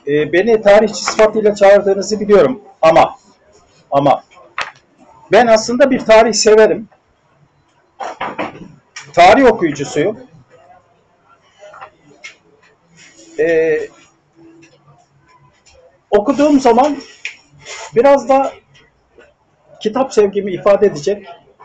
Beni tarihçi sıfatıyla çağırdığınızı biliyorum ama ben aslında bir tarih severim. Tarih okuyucusuyum. E, Okuduğum zaman biraz da kitap sevgimi ifade edecek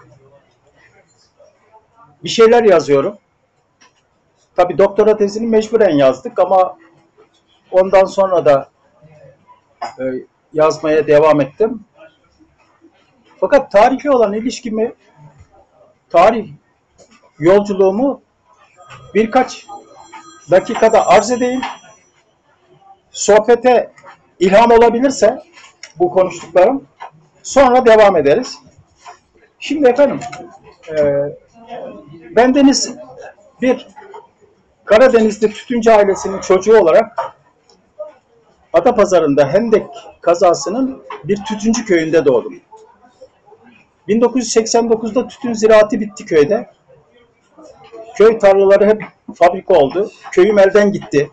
bir şeyler yazıyorum. Tabii doktora tezini mecburen yazdık ama ondan sonra da e, yazmaya devam ettim. Fakat tarihle olan ilişkimi, tarih yolculuğumu birkaç dakikada arz edeyim. Sohbete ilham olabilirse bu konuştuklarım sonra devam ederiz. Şimdi efendim, e, bendeniz bir Karadenizli tütüncü ailesinin çocuğu olarak Adapazarı'nda Hendek kazasının bir tütüncü köyünde doğdum. 1989'da tütün ziraatı bitti köyde. Köy tarlaları hep fabrika oldu. Köyüm elden gitti.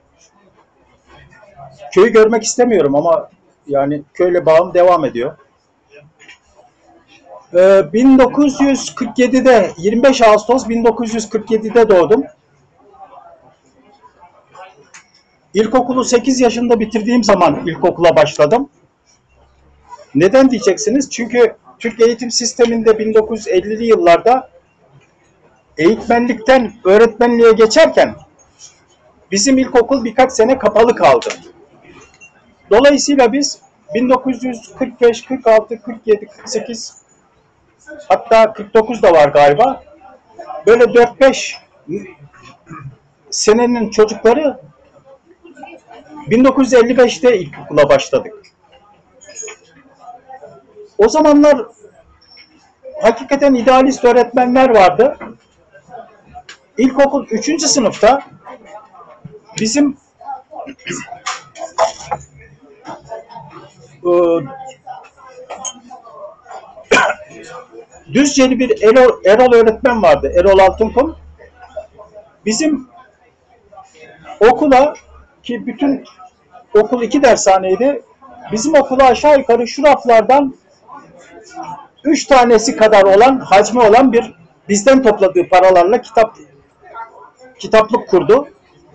Köyü görmek istemiyorum ama yani köyle bağım devam ediyor. 1947'de 25 Ağustos 1947'de doğdum. İlkokulu 8 yaşında bitirdiğim zaman ilkokula başladım. Neden diyeceksiniz? Çünkü Türk eğitim sisteminde 1950'li yıllarda eğitmenlikten öğretmenliğe geçerken bizim ilkokul birkaç sene kapalı kaldı. Dolayısıyla biz 1945, 46, 47, 48 hatta 49 da var galiba. Böyle 4-5 senenin çocukları 1955'te ilkokula başladık. O zamanlar hakikaten idealist öğretmenler vardı. İlkokul 3. sınıfta bizim Düzceli bir Erol öğretmen vardı. Erol Altınkum. Bizim okula, ki bütün okul 2 dershaneydi. Bizim okula aşağı yukarı şu raflardan 3 tanesi kadar olan, hacmi olan bir bizden topladığı paralarla kitaplık kurdu.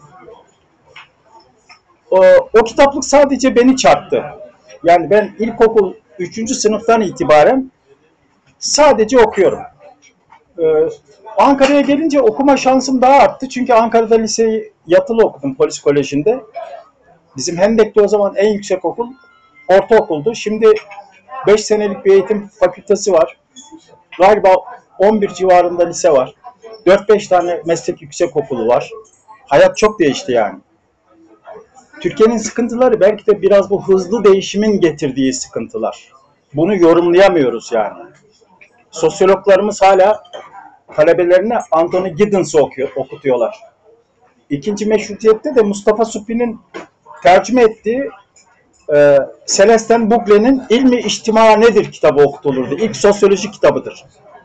O kitaplık sadece beni çarptı. Yani ben ilkokul 3. sınıftan itibaren sadece okuyorum. Ankara'ya gelince okuma şansım daha arttı. Çünkü Ankara'da liseyi yatılı okudum Polis Koleji'nde. Bizim Hendek'te o zaman en yüksek okul ortaokuldu. Şimdi 5 senelik bir eğitim fakültesi var. Galiba 11 civarında lise var. 4-5 tane meslek yüksekokulu var. Hayat çok değişti yani. Türkiye'nin sıkıntıları belki de biraz bu hızlı değişimin getirdiği sıkıntılar. Bunu yorumlayamıyoruz yani. Sosyologlarımız hala talebelerine Anthony Giddens'ı okutuyorlar. İkinci Meşrutiyet'te de Mustafa Suppi'nin tercüme ettiği Celestin Bugle'nin İlmi İçtima Nedir kitabı okutulurdu. İlk sosyoloji kitabıdır.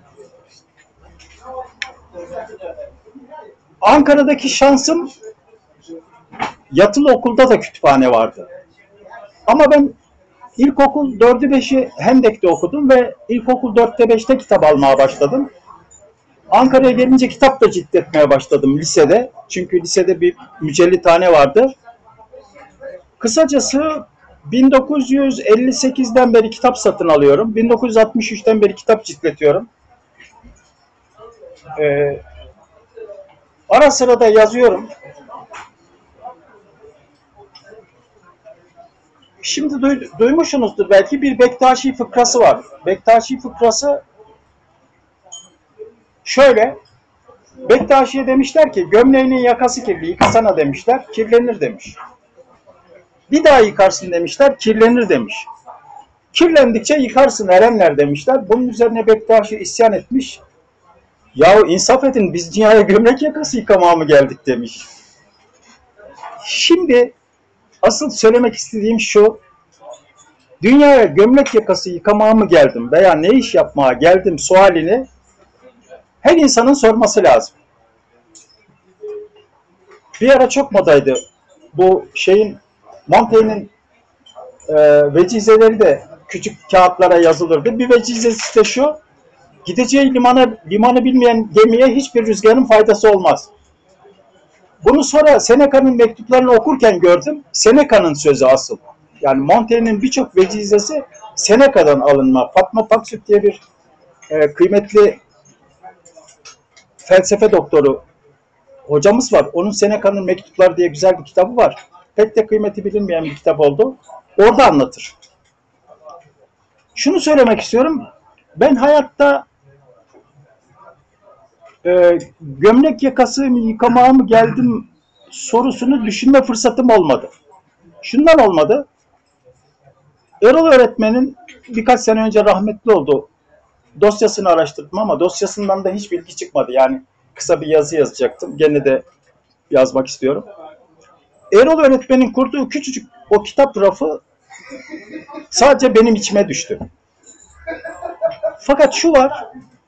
Ankara'daki şansım, yatılı okulda da kütüphane vardı. Ama ben ilkokul 4'ü 5'i Hendek'te okudum ve ilkokul 4'te 5'te kitap almaya başladım. Ankara'ya gelince kitap da ciltletmeye başladım lisede. Çünkü lisede bir mücellithane vardı. Kısacası 1958'den beri kitap satın alıyorum. 1963'ten beri kitap ciltletiyorum. Ara sıra da yazıyorum. Şimdi duymuşsunuzdur belki, bir Bektaşi fıkrası var. Bektaşi fıkrası şöyle: Bektaşi'ye demişler ki gömleğinin yakası kirli, yıkasana demişler, kirlenir demiş. Bir daha yıkarsın demişler, kirlenir demiş. Kirlendikçe yıkarsın erenler demişler. Bunun üzerine Bektaşi isyan etmiş. Yahu insaf edin, biz dünyaya gömlek yakası yıkamaya mı geldik demiş. Şimdi asıl söylemek istediğim şu: dünyaya gömlek yakası yıkamaya mı geldim veya ne iş yapmaya geldim sualini her insanın sorması lazım. Bir ara çok modaydı bu şeyin, Montaigne'in vecizeleri de küçük kağıtlara yazılırdı. Bir vecizesi de şu: gideceği limanı bilmeyen gemiye hiçbir rüzgarın faydası olmaz. Bunu sonra Seneca'nın mektuplarını okurken gördüm. Seneca'nın sözü asıl. Yani Montaigne'in birçok vecizesi Seneca'dan alınma. Fatma Paksüt diye bir kıymetli felsefe doktoru hocamız var. Onun Seneca'nın Mektupları diye güzel bir kitabı var. Pek de kıymeti bilinmeyen bir kitap oldu. Orada anlatır. Şunu söylemek istiyorum. Ben hayatta gömlek yakası mı yıkamaya mı geldim sorusunu düşünme fırsatım olmadı. Şundan olmadı. Erol öğretmenin birkaç sene önce rahmetli oldu. Dosyasını araştırdım ama dosyasından da hiç bilgi çıkmadı. Yani kısa bir yazı yazacaktım. Gene de yazmak istiyorum. Erol öğretmenin kurduğu küçücük o kitap rafı sadece benim içime düştü. Fakat şu var.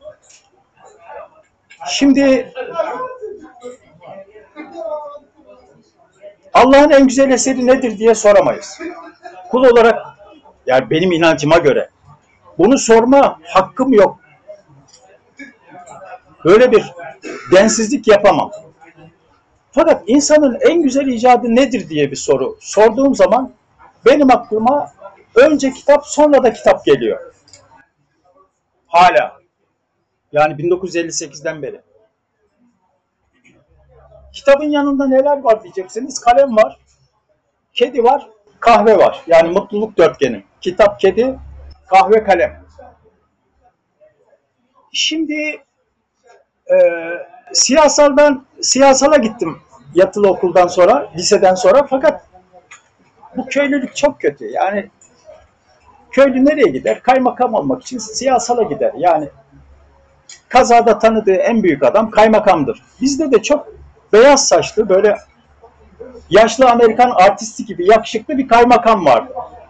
Şimdi Allah'ın en güzel eseri nedir diye soramayız. Kul olarak, yani benim inancıma göre bunu sorma hakkım yok. Böyle bir densizlik yapamam. Fakat insanın en güzel icadı nedir diye bir soru sorduğum zaman benim aklıma önce kitap sonra da kitap geliyor. Hala. Yani 1958'den beri. Kitabın yanında neler var diyeceksiniz. Kalem var, kedi var, kahve var. Yani mutluluk dörtgeni. Kitap, kedi, kahve, kalem. Şimdi e, siyasala gittim yatılı okuldan sonra, liseden sonra. Fakat bu köylülük çok kötü. Yani köylü nereye gider? Kaymakam olmak için siyasala gider. Yani kazada tanıdığı en büyük adam kaymakamdır. Bizde de çok beyaz saçlı, böyle yaşlı Amerikan artisti gibi yakışıklı bir kaymakam vardı.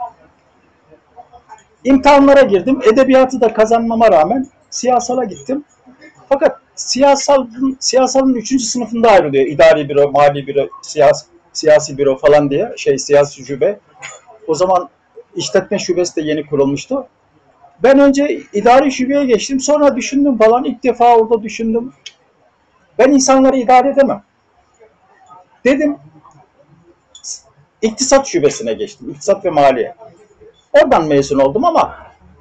İmtihanlara girdim. Edebiyatı da kazanmama rağmen siyasala gittim. Fakat siyasalın 3. sınıfında ayrılıyor. İdari büro, mali büro, siyasi büro falan diye. Siyasi şube. O zaman işletme şubesi de yeni kurulmuştu. Ben önce idari şubeye geçtim. Sonra düşündüm falan. İlk defa orada düşündüm. Ben insanları idare edemem. Dedim, iktisat şubesine geçtim. İktisat ve maliye. Oradan mezun oldum ama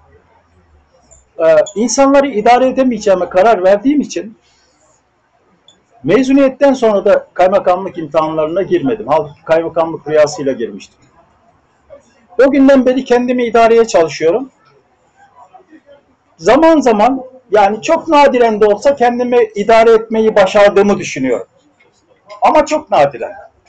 insanları idare edemeyeceğime karar verdiğim için mezuniyetten sonra da kaymakamlık imtihanlarına girmedim. Halbuki kaymakamlık rüyasıyla girmiştim. O günden beri kendimi idareye çalışıyorum. Zaman zaman, yani çok nadiren de olsa kendimi idare etmeyi başardığımı düşünüyorum. Ama çok nadiren.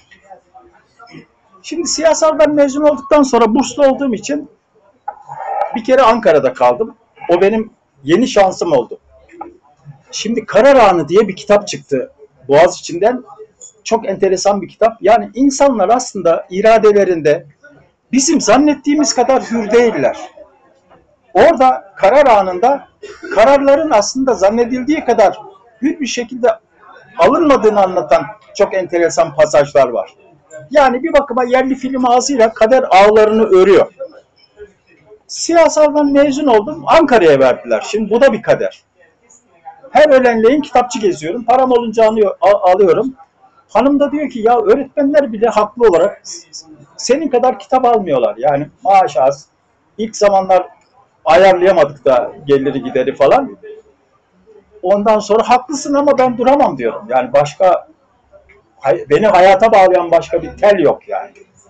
Şimdi siyasaldan mezun olduktan sonra burslu olduğum için bir kere Ankara'da kaldım. O benim yeni şansım oldu. Şimdi Karar Anı diye bir kitap çıktı Boğaziçi'nden. Çok enteresan bir kitap. Yani insanlar aslında iradelerinde bizim zannettiğimiz kadar hür değiller. Orada karar anında kararların aslında zannedildiği kadar hür bir şekilde alınmadığını anlatan çok enteresan pasajlar var. Yani bir bakıma yerli film ağzıyla kader ağlarını örüyor. Siyasaldan mezun oldum, Ankara'ya verdiler. Şimdi bu da bir kader. Her öğlenleyin kitapçı geziyorum. Param olunca alıyorum. Hanım da diyor ki ya öğretmenler bile haklı olarak senin kadar kitap almıyorlar. Yani maaş az. İlk zamanlar ayarlayamadık da geliri gideri falan. Ondan sonra haklısın ama ben duramam diyorum. Yani beni hayata bağlayan başka bir tel yok yani.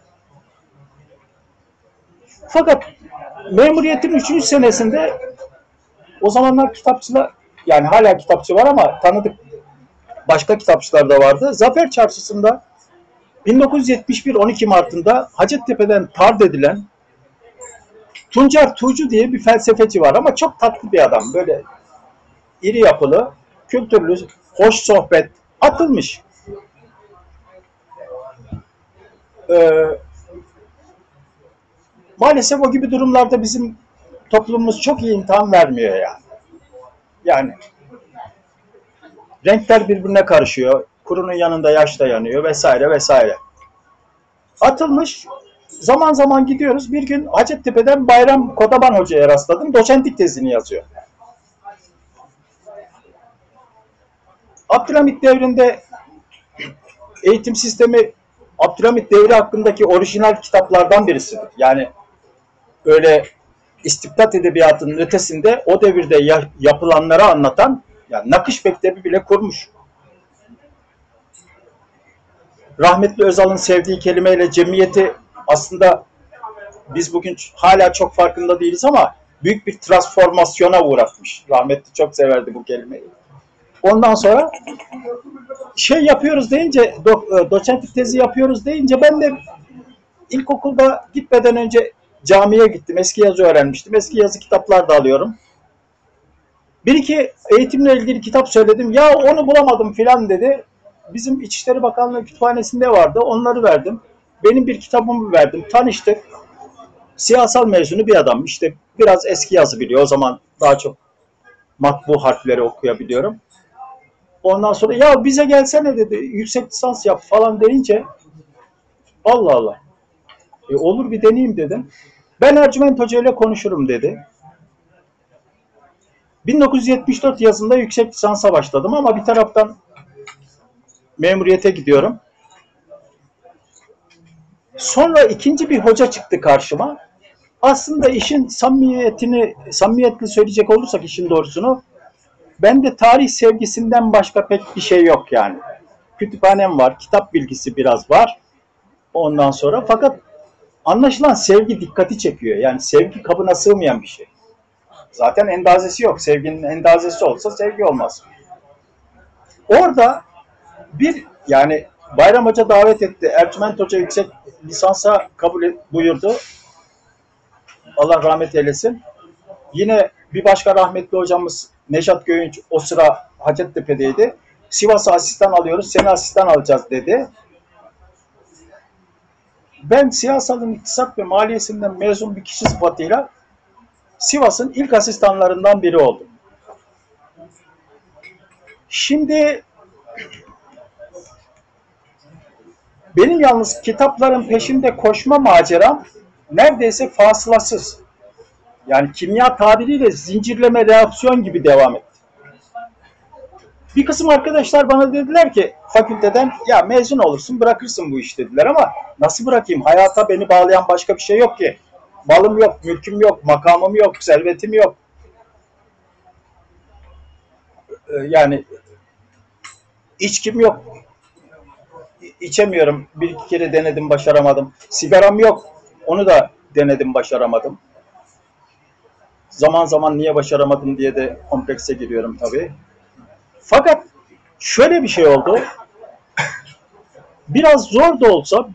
Fakat memuriyetin 3. senesinde o zamanlar kitapçılar, yani hala kitapçı var ama tanıdık başka kitapçılar da vardı. Zafer Çarşısı'nda 1971 12 Mart'ında Hacettepe'den tard edilen Tuncer Tuğcu diye bir felsefeci var ama çok tatlı bir adam. Böyle iri yapılı, kültürlü, hoş sohbet, atılmış. Ee, Maalesef o gibi durumlarda bizim toplumumuz çok iyi imtihan vermiyor yani. Yani renkler birbirine karışıyor, kurunun yanında yaş da yanıyor vesaire vesaire. Atılmış, Zaman zaman gidiyoruz. Bir gün Hacettepe'den Bayram Kodaman Hoca'ya rastladım. Doçentlik tezini yazıyor. Abdülhamit devrinde eğitim sistemi Abdülhamit devri hakkındaki orijinal kitaplardan birisidir. Yani öyle istibdat edebiyatının ötesinde o devirde yapılanları anlatan, yani nakış mektebi bile kurmuş. Rahmetli Özal'ın sevdiği kelimeyle cemiyeti aslında biz bugün hala çok farkında değiliz ama büyük bir transformasyona uğratmış. Rahmetli çok severdi bu kelimeyi. Ondan sonra şey yapıyoruz deyince, doçentlik tezi yapıyoruz deyince ben de ilkokulda gitmeden önce camiye gittim. Eski yazı öğrenmiştim. Eski yazı kitaplar da alıyorum. Bir iki eğitimle ilgili kitap söyledim. Ya onu bulamadım filan dedi. Bizim İçişleri Bakanlığı kütüphanesinde vardı. Onları verdim. Benim bir kitabımı verdim. Tanıştık. Siyasal mezunu bir adam. İşte biraz eski yazı biliyor. O zaman daha çok matbu harfleri okuyabiliyorum. Ondan sonra ya bize gelsene dedi. Yüksek lisans yap falan deyince Allah Allah. Olur bir deneyeyim dedim. Ben Ercüment Hoca ile konuşurum dedi. 1974 yazında yüksek lisansa başladım ama bir taraftan memuriyete gidiyorum. Sonra ikinci bir hoca çıktı karşıma. Aslında işin samimiyetli söyleyecek olursak işin doğrusunu, bende tarih sevgisinden başka pek bir şey yok yani. Kütüphanem var, kitap bilgisi biraz var ondan sonra. Fakat anlaşılan sevgi dikkati çekiyor. Yani sevgi kabına sığmayan bir şey. Zaten endazesi yok. Sevginin endazesi olsa sevgi olmaz. Orada yani Bayram Hoca davet etti. Ercüment Hoca yüksek lisansa kabul buyurdu. Allah rahmet eylesin. Yine bir başka rahmetli hocamız Neşat Göğünç o sıra Hacettepe'deydi. Sivas'a asistan alıyoruz, seni asistan alacağız dedi. Ben siyasalın iktisat ve maliyesinden mezun bir kişi sıfatıyla Sivas'ın ilk asistanlarından biri oldum. Şimdi benim yalnız kitapların peşinde koşma maceram neredeyse fasılasız. Yani kimya tabiriyle zincirleme reaksiyon gibi devam etti. Bir kısım arkadaşlar bana dediler ki fakülteden ya mezun olursun bırakırsın bu iş dediler ama nasıl bırakayım? Hayata beni bağlayan başka bir şey yok ki. Malım yok, mülküm yok, makamım yok, servetim yok. Yani içkim yok. İçemiyorum. Bir iki kere denedim başaramadım. Sigaram yok. Onu da denedim başaramadım. Zaman zaman niye başaramadım diye de komplekse giriyorum tabii. Fakat şöyle bir şey oldu. Biraz zor da olsa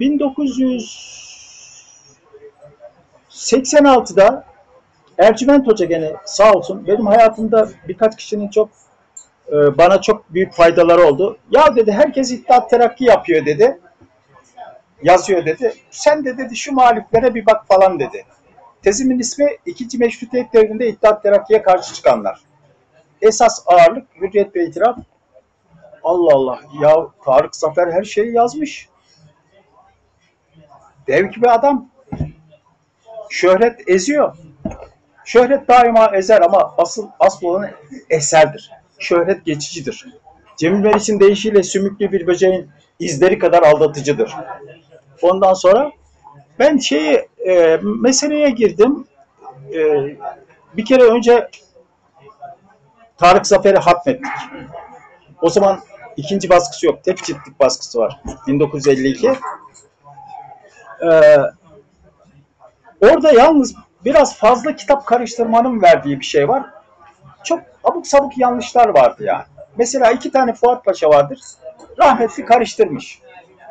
1986'da Ercüment Hoca gene sağ olsun benim hayatımda birkaç kişinin bana çok büyük faydaları oldu. Ya dedi herkes İttihat Terakki yapıyor dedi. Yazıyor dedi. Sen de dedi şu muhaliflere bir bak falan dedi. Tezimin ismi 2. Meşrutiyet devrinde İttihat Terakki'ye karşı çıkanlar. Esas ağırlık hürriyet ve itiraf. Allah Allah ya Tarık Zafer her şeyi yazmış. Dev gibi adam. Şöhret eziyor. Şöhret daima ezer ama asıl olan eserdir. Şöhret geçicidir. Cemil Meriç'in deyişiyle sümüklü bir böceğin izleri kadar aldatıcıdır. Ondan sonra ben meseleye girdim. Bir kere önce Tarık Zafer'i hatmettik. O zaman ikinci baskısı yok. Tek ciltlik baskısı var. 1952. Orada yalnız biraz fazla kitap karıştırmanın verdiği bir şey var. Çok abuk sabuk yanlışlar vardı yani. Mesela 2 tane Fuat Paşa vardır. Rahmetli karıştırmış.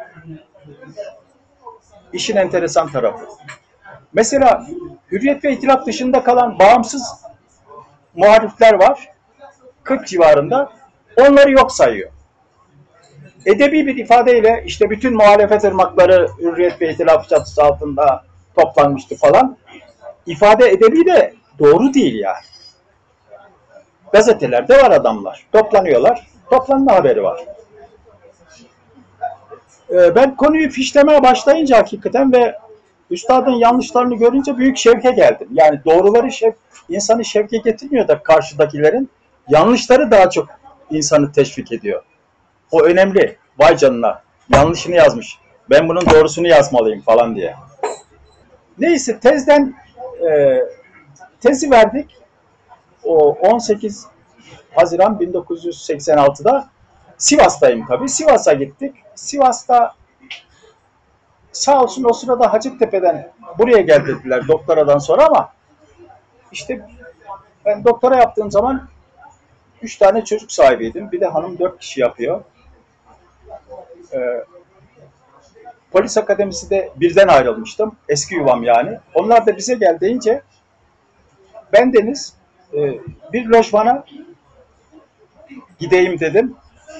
İşin enteresan tarafı. Mesela Hürriyet ve İtilaf dışında kalan bağımsız muharifler var. 40 civarında. Onları yok sayıyor. Edebi bir ifadeyle işte bütün muhalefet ırmakları Hürriyet ve İtilaf çatısı altında toplanmıştı falan. İfade edebi de doğru değil yani. Gazetelerde var adamlar. Toplanıyorlar. Toplanma haberi var. Ben konuyu fişlemeye başlayınca hakikaten ve Üstadın yanlışlarını görünce büyük şevke geldim. Yani doğruları insanı şevke getirmiyor da karşıdakilerin yanlışları daha çok insanı teşvik ediyor. O önemli. Vay canına. Yanlışını yazmış. Ben bunun doğrusunu yazmalıyım falan diye. Neyse e, tezi verdik. O 18 Haziran 1986'da Sivas'tayım tabii. Sivas'a gittik. Sivas'ta sağ olsun o sırada Hacettepe'den buraya gel dediler doktoradan sonra ama işte ben doktora yaptığım zaman 3 tane çocuk sahibiydim. Bir de hanım 4 kişi yapıyor. Ee, Polis akademisi de birden ayrılmıştım. Eski yuvam yani. Onlar da bize gel deyince bendeniz bir lojmana gideyim dedim.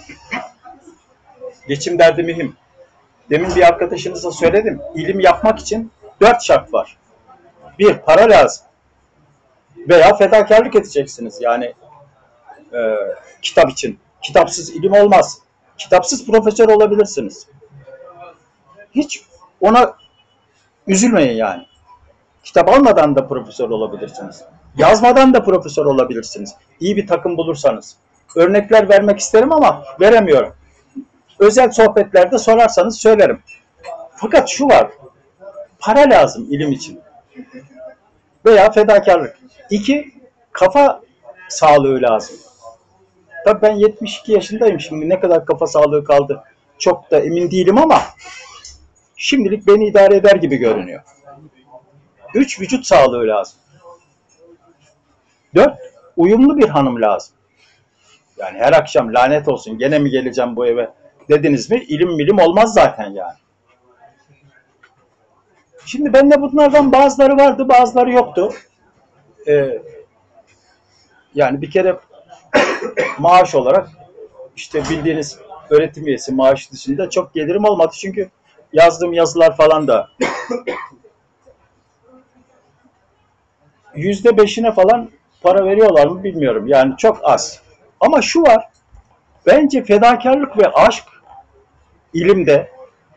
Geçim derdi mühim. Demin bir arkadaşınıza söyledim. İlim yapmak için 4 şart var. Bir, para lazım. Veya fedakarlık edeceksiniz. Yani e, kitap için. Kitapsız ilim olmaz. Kitapsız profesör olabilirsiniz. Hiç ona üzülmeyin yani. Kitap almadan da profesör olabilirsiniz. Yazmadan da profesör olabilirsiniz. İyi bir takım bulursanız. Örnekler vermek isterim ama veremiyorum. Özel sohbetlerde sorarsanız söylerim. Fakat şu var. Para lazım ilim için. Veya fedakarlık. İki, kafa sağlığı lazım. Tabii ben 72 yaşındayım şimdi. Ne kadar kafa sağlığı kaldı çok da emin değilim ama şimdilik beni idare eder gibi görünüyor. 3, vücut sağlığı lazım. 4, uyumlu bir hanım lazım. Yani her akşam lanet olsun gene mi geleceğim bu eve dediniz mi ilim milim olmaz zaten yani. Şimdi bende bunlardan bazıları vardı bazıları yoktu. Ee, Yani bir kere maaş olarak işte bildiğiniz öğretim üyesi maaşı dışında çok gelirim olmadı. Çünkü yazdığım yazılar falan da %5'ine falan para veriyorlar mı bilmiyorum. Yani çok az. Ama şu var. Bence fedakarlık ve aşk ilimde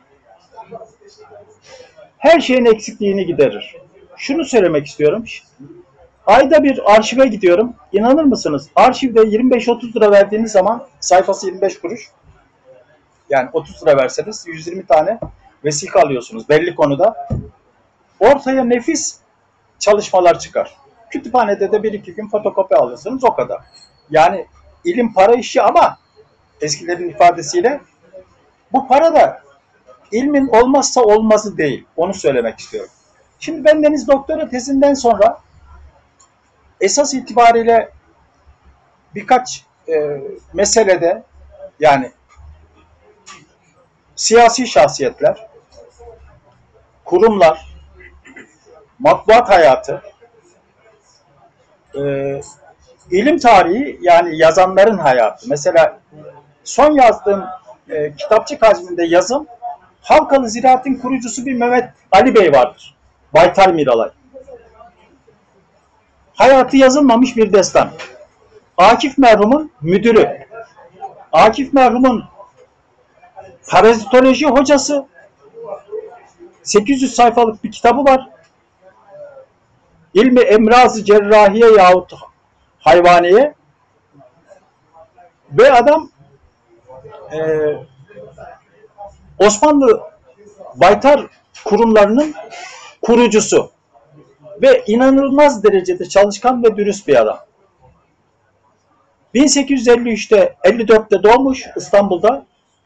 her şeyin eksikliğini giderir. Şunu söylemek istiyorum. Ayda bir arşive gidiyorum. İnanır mısınız? Arşivde 25-30 lira verdiğiniz zaman sayfası 25 kuruş. Yani 30 lira verseniz 120 tane vesika alıyorsunuz belli konuda. Ortaya nefis çalışmalar çıkar. Kütüphanede de bir iki gün fotokopi alırsınız o kadar. Yani ilim para işi ama eskilerin ifadesiyle bu para da ilmin olmazsa olmazı değil. Onu söylemek istiyorum. Şimdi bendeniz doktora tezinden sonra esas itibariyle birkaç meselede yani siyasi şahsiyetler, kurumlar, matbuat hayatı, e, ilim tarihi yani yazanların hayatı. Mesela son yazdığım kitapçık hacminde yazım Halkalı Ziraat'ın kurucusu bir Mehmet Ali Bey vardır. Baytar Miralay. Hayatı yazılmamış bir destan. Akif merhumun müdürü. Akif merhumun parazitoloji hocası. 800 sayfalık bir kitabı var. İlmi Emraz-ı Cerrahiye yahut Hayvaniye. Ve adam e, Osmanlı baytar kurumlarının kurucusu. Ve inanılmaz derecede çalışkan ve dürüst bir adam. 1853'te 54'te doğmuş İstanbul'da.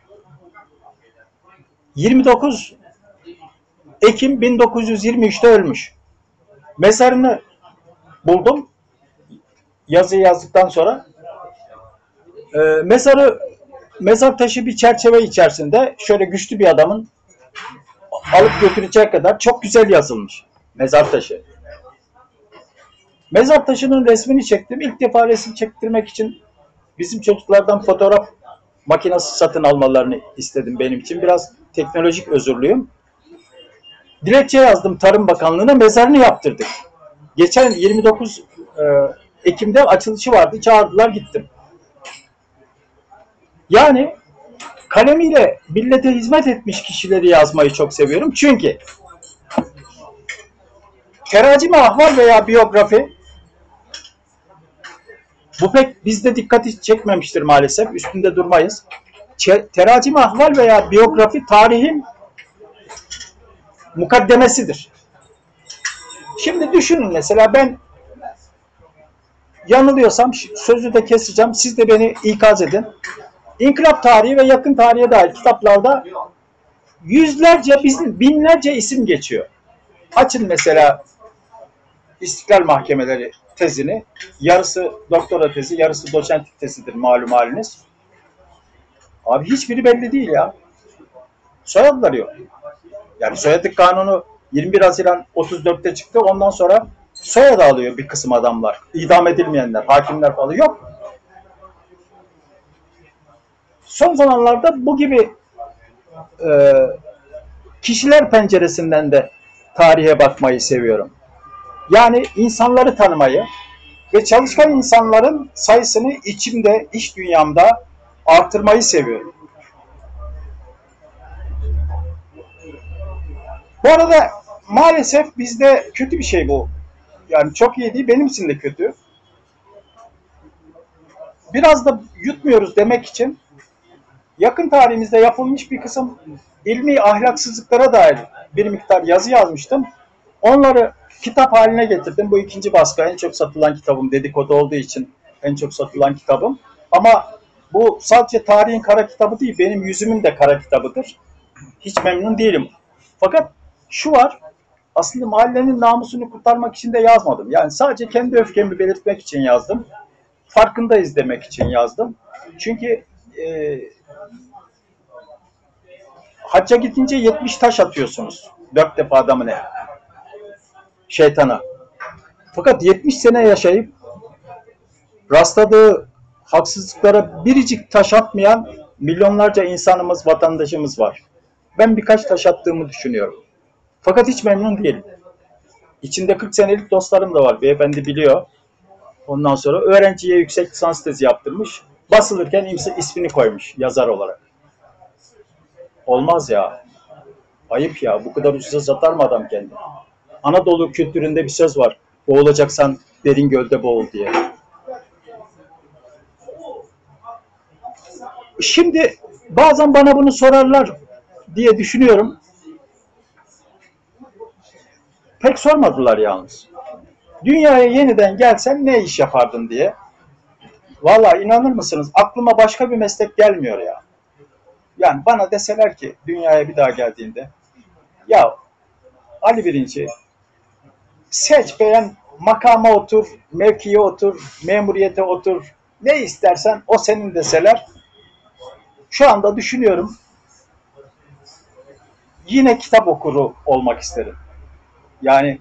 29 Ekim 1923'te ölmüş. Mezarını buldum. Yazıyı yazdıktan sonra. Mezar taşı bir çerçeve içerisinde şöyle güçlü bir adamın alıp götürecek kadar çok güzel yazılmış. Mezar taşı. Mezar taşının resmini çektim. İlk defa resim çektirmek için bizim çocuklardan fotoğraf makinesi satın almalarını istedim benim için. Biraz teknolojik özürlüyüm. Dilekçe yazdım Tarım Bakanlığı'na, mezarını yaptırdık. Geçen 29 Ekim'de açılışı vardı. Çağırdılar gittim. Yani kalemiyle millete hizmet etmiş kişileri yazmayı çok seviyorum. Çünkü Teracim ahval veya biyografi, bu pek bizde dikkati çekmemiştir maalesef. Üstünde durmayız. Teracim ahval veya biyografi tarihin mukaddemesidir. Şimdi düşünün, mesela ben yanılıyorsam sözü de keseceğim. Siz de beni ikaz edin. İnkılap tarihi ve yakın tarihe dair kitaplarda yüzlerce, binlerce isim geçiyor. Açın mesela İstiklal Mahkemeleri tezini. Yarısı doktora tezi, yarısı doçentlik tezidir malum haliniz. Abi hiçbiri belli değil ya. Soyadları yok. Yani soyadlık kanunu 21 Haziran 34'te çıktı. Ondan sonra soyadı alıyor bir kısım adamlar. İdam edilmeyenler, hakimler falan yok. Son zamanlarda bu gibi e, kişiler penceresinden de tarihe bakmayı seviyorum. Yani insanları tanımayı ve çalışkan insanların sayısını içimde, iç dünyamda artırmayı seviyorum. Bu arada maalesef bizde kötü bir şey bu. Yani çok iyi değil, benim için de kötü. Biraz da yutmuyoruz demek için yakın tarihimizde yapılmış bir kısım ilmi ahlaksızlıklara dair bir miktar yazı yazmıştım. Onları kitap haline getirdim. Bu ikinci baskı, en çok satılan kitabım, dedikodu olduğu için en çok satılan kitabım. Ama bu sadece tarihin kara kitabı değil, benim yüzümün de kara kitabıdır. Hiç memnun değilim. Fakat şu var, aslında mahallenin namusunu kurtarmak için de yazmadım. Yani sadece kendi öfkemi belirtmek için yazdım. Farkındayız demek için yazdım. Çünkü hacca gidince 70 taş atıyorsunuz. 4 defa adamı ne? Şeytana. Fakat 70 sene yaşayıp rastladığı haksızlıklara biricik taş atmayan milyonlarca insanımız, vatandaşımız var. Ben birkaç taş attığımı düşünüyorum. Fakat hiç memnun değilim. İçinde 40 senelik dostlarım da var. Beyefendi biliyor. Ondan sonra öğrenciye yüksek lisans tezi yaptırmış. Basılırken ismini koymuş yazar olarak. Olmaz ya. Ayıp ya. Bu kadar ucuza satar mı adam kendini? Anadolu kültüründe bir söz var. Boğulacaksan derin gölde boğul diye. Şimdi bazen bana bunu sorarlar diye düşünüyorum. Pek sormadılar yalnız. Dünyaya yeniden gelsen ne iş yapardın diye. Vallahi inanır mısınız, aklıma başka bir meslek gelmiyor ya. Yani bana deseler ki dünyaya bir daha geldiğinde, ya Ali Birinci, seç beğen, makama otur, mevkiye otur, memuriyete otur, ne istersen o senin deseler, şu anda düşünüyorum, yine kitap okuru olmak isterim. Yani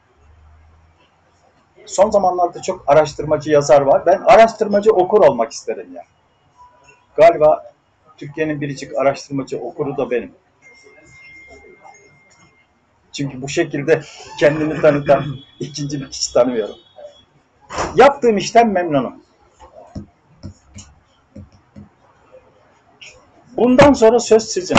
son zamanlarda çok araştırmacı yazar var. Ben araştırmacı okur olmak isterim ya. Galiba Türkiye'nin biricik araştırmacı okuru da benim. Çünkü bu şekilde kendini tanıtan ikinci bir kişi tanımıyorum. Yaptığım işten memnunum. Bundan sonra söz sizin.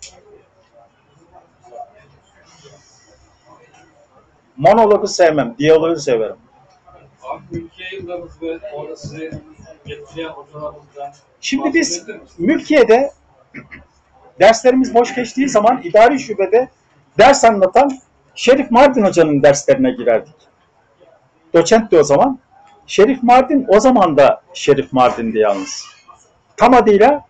Monologu sevmem, diyalogu severim. Abi ülkeye yıllarınız ve orada sizi etkileyen hocalarınızdan Şimdi biz mülkiyede derslerimiz boş geçtiği zaman idari şubede ders anlatan Şerif Mardin Hoca'nın derslerine girerdik. Doçentti o zaman. Şerif Mardin o zaman da Şerif Mardin'di yalnız. Tam adıyla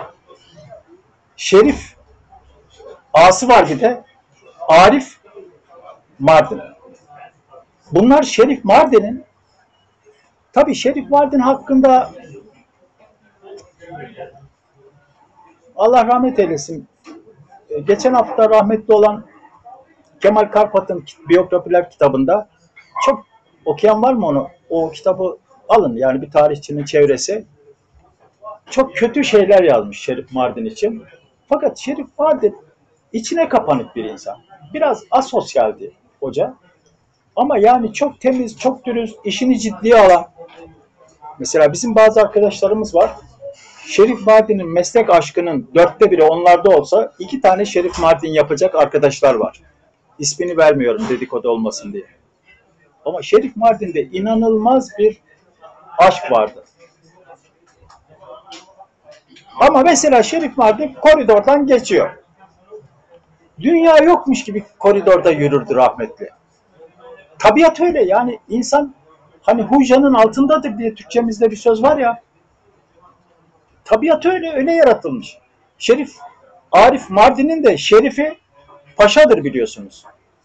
Şerif A'sı var bir de Arif Mardin. Bunlar Şerif Mardin'in, tabii Şerif Mardin hakkında Allah rahmet eylesin, geçen hafta rahmetli olan Kemal Karpat'ın biyografiler kitabında, çok okuyan var mı onu? O kitabı alın, yani bir tarihçinin çevresi. Çok kötü şeyler yazmış Şerif Mardin için. Fakat Şerif Mardin içine kapanık bir insan. Biraz asosyaldi hoca. Ama yani çok temiz, çok dürüst, işini ciddiye alan. Mesela bizim bazı arkadaşlarımız var. Şerif Mardin'in meslek aşkının 1/4 onlarda olsa 2 tane Şerif Mardin yapacak arkadaşlar var. İsmini vermiyorum dedikodu olmasın diye. Ama Şerif Mardin'de inanılmaz bir aşk vardı. Ama mesela Şerif Mardin koridordan geçiyor. Dünya yokmuş gibi koridorda yürürdü rahmetli. Tabiat öyle yani insan hani hucanın altındadır diye Türkçemizde bir söz var ya. Tabiat öyle yaratılmış. Şerif Arif Mardin'in de şerifi paşadır biliyorsunuz.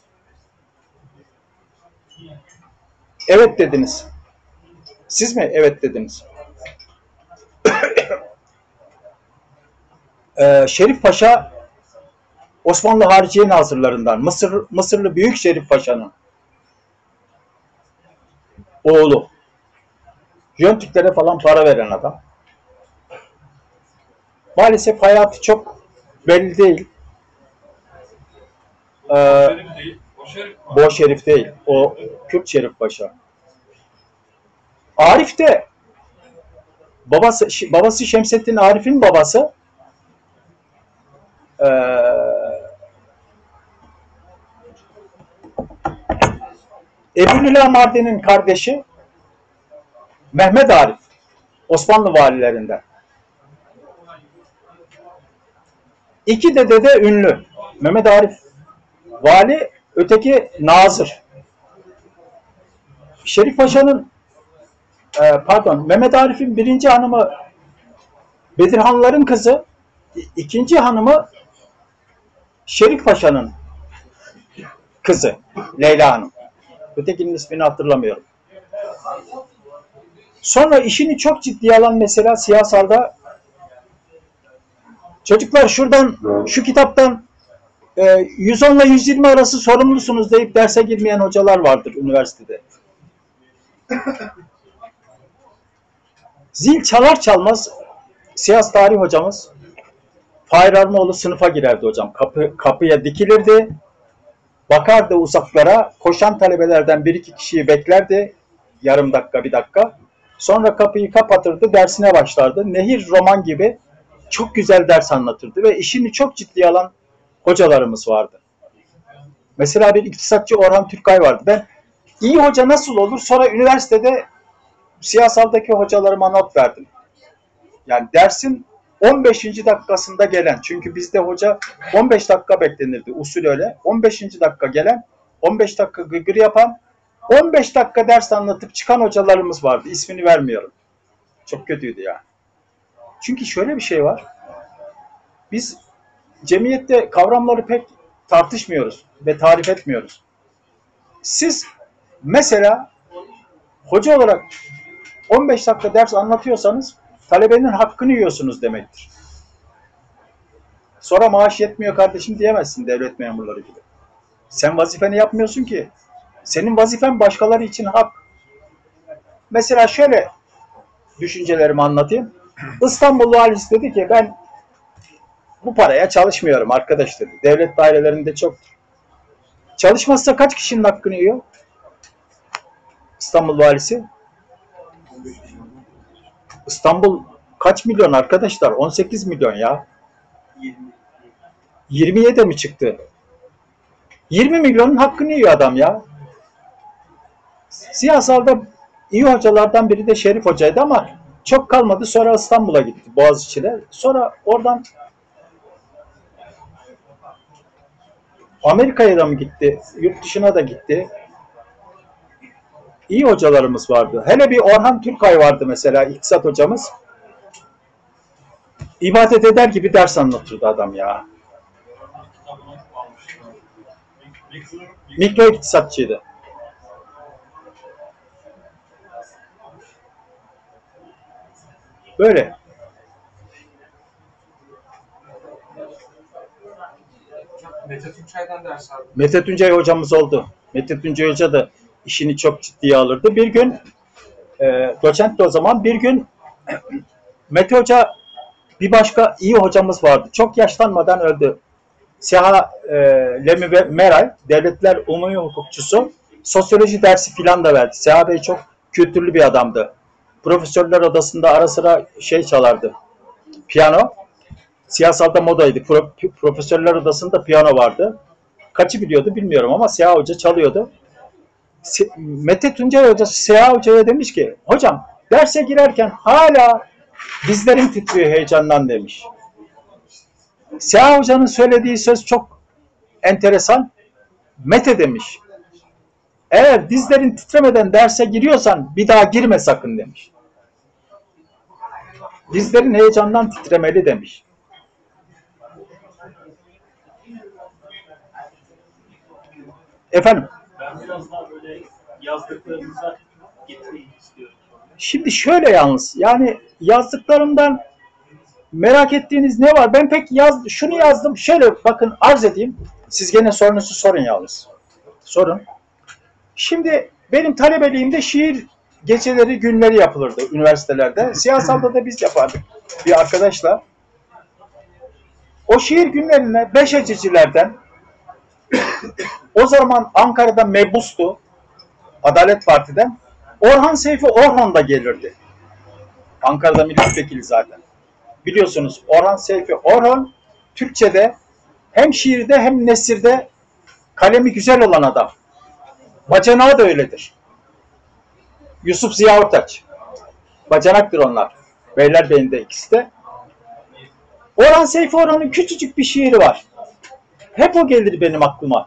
Evet dediniz. Siz mi evet dediniz? Şerif Paşa Osmanlı Hariciye Nazırlarından Mısırlı Büyük Şerif Paşa'nın oğlu. Jöntiklere falan para veren adam. Maalesef hayatı çok belli değil. O şerif değil. O şerif mi? Bo Şerif değil. O Kürt Şerif Paşa. Arif de babası Şemsettin Arif'in babası e, Ebu'l-Üla Mardin'in kardeşi Mehmet Arif. Osmanlı valilerinden. İki dede de ünlü. Mehmet Arif vali, öteki nazır. Şerif Paşa'nın Mehmet Arif'in birinci hanımı Bedirhanların kızı, ikinci hanımı Şerif Paşa'nın kızı Leyla Hanım. Ötekinin ismini hatırlamıyorum. Sonra işini çok ciddiye alan mesela siyasalda çocuklar şuradan şu kitaptan 110 ile 120 arası sorumlusunuz deyip derse girmeyen hocalar vardır üniversitede. Zil çalar çalmaz siyasi tarih hocamız Fahir Armaoğlu sınıfa girerdi hocam. Kapıya dikilirdi. Bakardı uzaklara. Koşan talebelerden bir iki kişiyi beklerdi. Yarım dakika, bir dakika. Sonra kapıyı kapatırdı. Dersine başlardı. Nehir roman gibi çok güzel ders anlatırdı. Ve işini çok ciddiye alan hocalarımız vardı. Mesela bir iktisatçı Orhan Türkay vardı. Ben iyi hoca nasıl olur? Sonra üniversitede siyasaldaki hocalarıma not verdim. Yani dersin 15. dakikasında gelen, çünkü bizde hoca 15 dakika beklenirdi usul öyle. 15. dakika gelen, 15 dakika gıgır yapan, 15 dakika ders anlatıp çıkan hocalarımız vardı. İsmini vermiyorum. Çok kötüydü yani. Çünkü şöyle bir şey var. Biz cemiyette kavramları pek tartışmıyoruz ve tarif etmiyoruz. Siz mesela hoca olarak 15 dakika ders anlatıyorsanız talebenin hakkını yiyorsunuz demektir. Sonra maaş yetmiyor kardeşim diyemezsin devlet memurları gibi. Sen vazifeni yapmıyorsun ki. Senin vazifen başkaları için hak. Mesela şöyle düşüncelerimi anlatayım. İstanbul valisi dedi ki ben bu paraya çalışmıyorum arkadaş dedi. Devlet dairelerinde çok. Çalışmazsa kaç kişinin hakkını yiyor? İstanbul valisi. İstanbul kaç milyon arkadaşlar? 18 milyon ya. 20'ye mi çıktı? 20 milyonun hakkını yiyor adam ya. Siyasalda iyi hocalardan biri de Şerif Hoca'ydı ama çok kalmadı. Sonra İstanbul'a gitti Boğaziçi'de. Sonra oradan Amerika'ya da mı gitti? Yurt dışına da gitti. İyi hocalarımız vardı. Hele bir Orhan Türkay vardı mesela iktisat hocamız. İbadet eder gibi ders anlatırdı adam ya. Mikro iktisatçıydı. Böyle. Mete Tunçay'dan ders aldım. Mete Tuncay hocamız oldu. Mete Tuncay Hoca da işini çok ciddiye alırdı. Bir gün doçentti o zaman. Bir gün Mete Hoca bir başka iyi hocamız vardı. Çok yaşlanmadan öldü. Seha Lemi ve Meral, devletler umumi hukukçusu, sosyoloji dersi filan da verdi. Seha Bey çok kültürlü bir adamdı. Profesörler odasında ara sıra şey çalardı. Piyano. Siyasalda modaydı. Profesörler odasında piyano vardı. Kaçı biliyordu bilmiyorum ama Seha Hoca çalıyordu. Mete Tuncay Hoca, Seha Hoca'ya demiş ki, hocam derse girerken hala dizlerim titriyor heyecandan demiş. Seha Hoca'nın söylediği söz çok enteresan. Mete demiş, eğer dizlerin titremeden derse giriyorsan bir daha girme sakın demiş. Dizlerin heyecandan titremeli demiş. Efendim? Ben biraz daha böyle yazdıklarınıza getireyim istiyorum. Şimdi şöyle yalnız, yani yazdıklarımdan merak ettiğiniz ne var? Ben pek şunu yazdım, şöyle bakın arz edeyim. Siz gene sorunuzu sorun yalnız. Sorun. Şimdi benim talebeliğimde şiir geceleri, günleri yapılırdı üniversitelerde. Siyasalda da biz yapardık bir arkadaşla. O şiir günlerine Beşecicilerden, o zaman Ankara'da mebustu, Adalet Parti'den, Orhan Seyfi Orhan da gelirdi. Ankara'da milletvekili zaten. Biliyorsunuz Orhan Seyfi Orhan, Türkçe'de hem şiirde hem nesirde kalemi güzel olan adam. Bacanağı da öyledir. Yusuf Ziya Ortaç. Bacanaktır onlar. Beylerbeyi'nde ikisi de. Orhan Seyfi Orhan'ın küçücük bir şiiri var. Hep o gelir benim aklıma.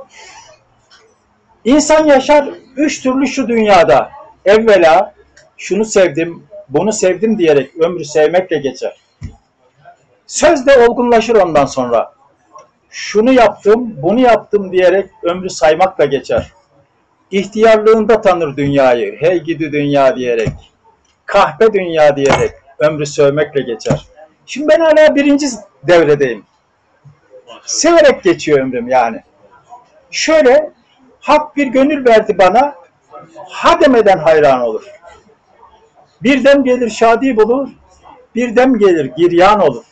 İnsan yaşar üç türlü şu dünyada. Evvela şunu sevdim, bunu sevdim diyerek ömrü sevmekle geçer. Sözde olgunlaşır ondan sonra. Şunu yaptım, bunu yaptım diyerek ömrü saymakla geçer. İhtiyarlığında tanır dünyayı, hey gidi dünya diyerek. Kahpe dünya diyerek ömrü sövmekle geçer. Şimdi ben hala birinci devredeyim. Severek geçiyor ömrüm yani. Şöyle, hak bir gönül verdi bana, ha demeden hayran olur. Bir dem gelir şadi bulur, bir dem gelir giryan olur.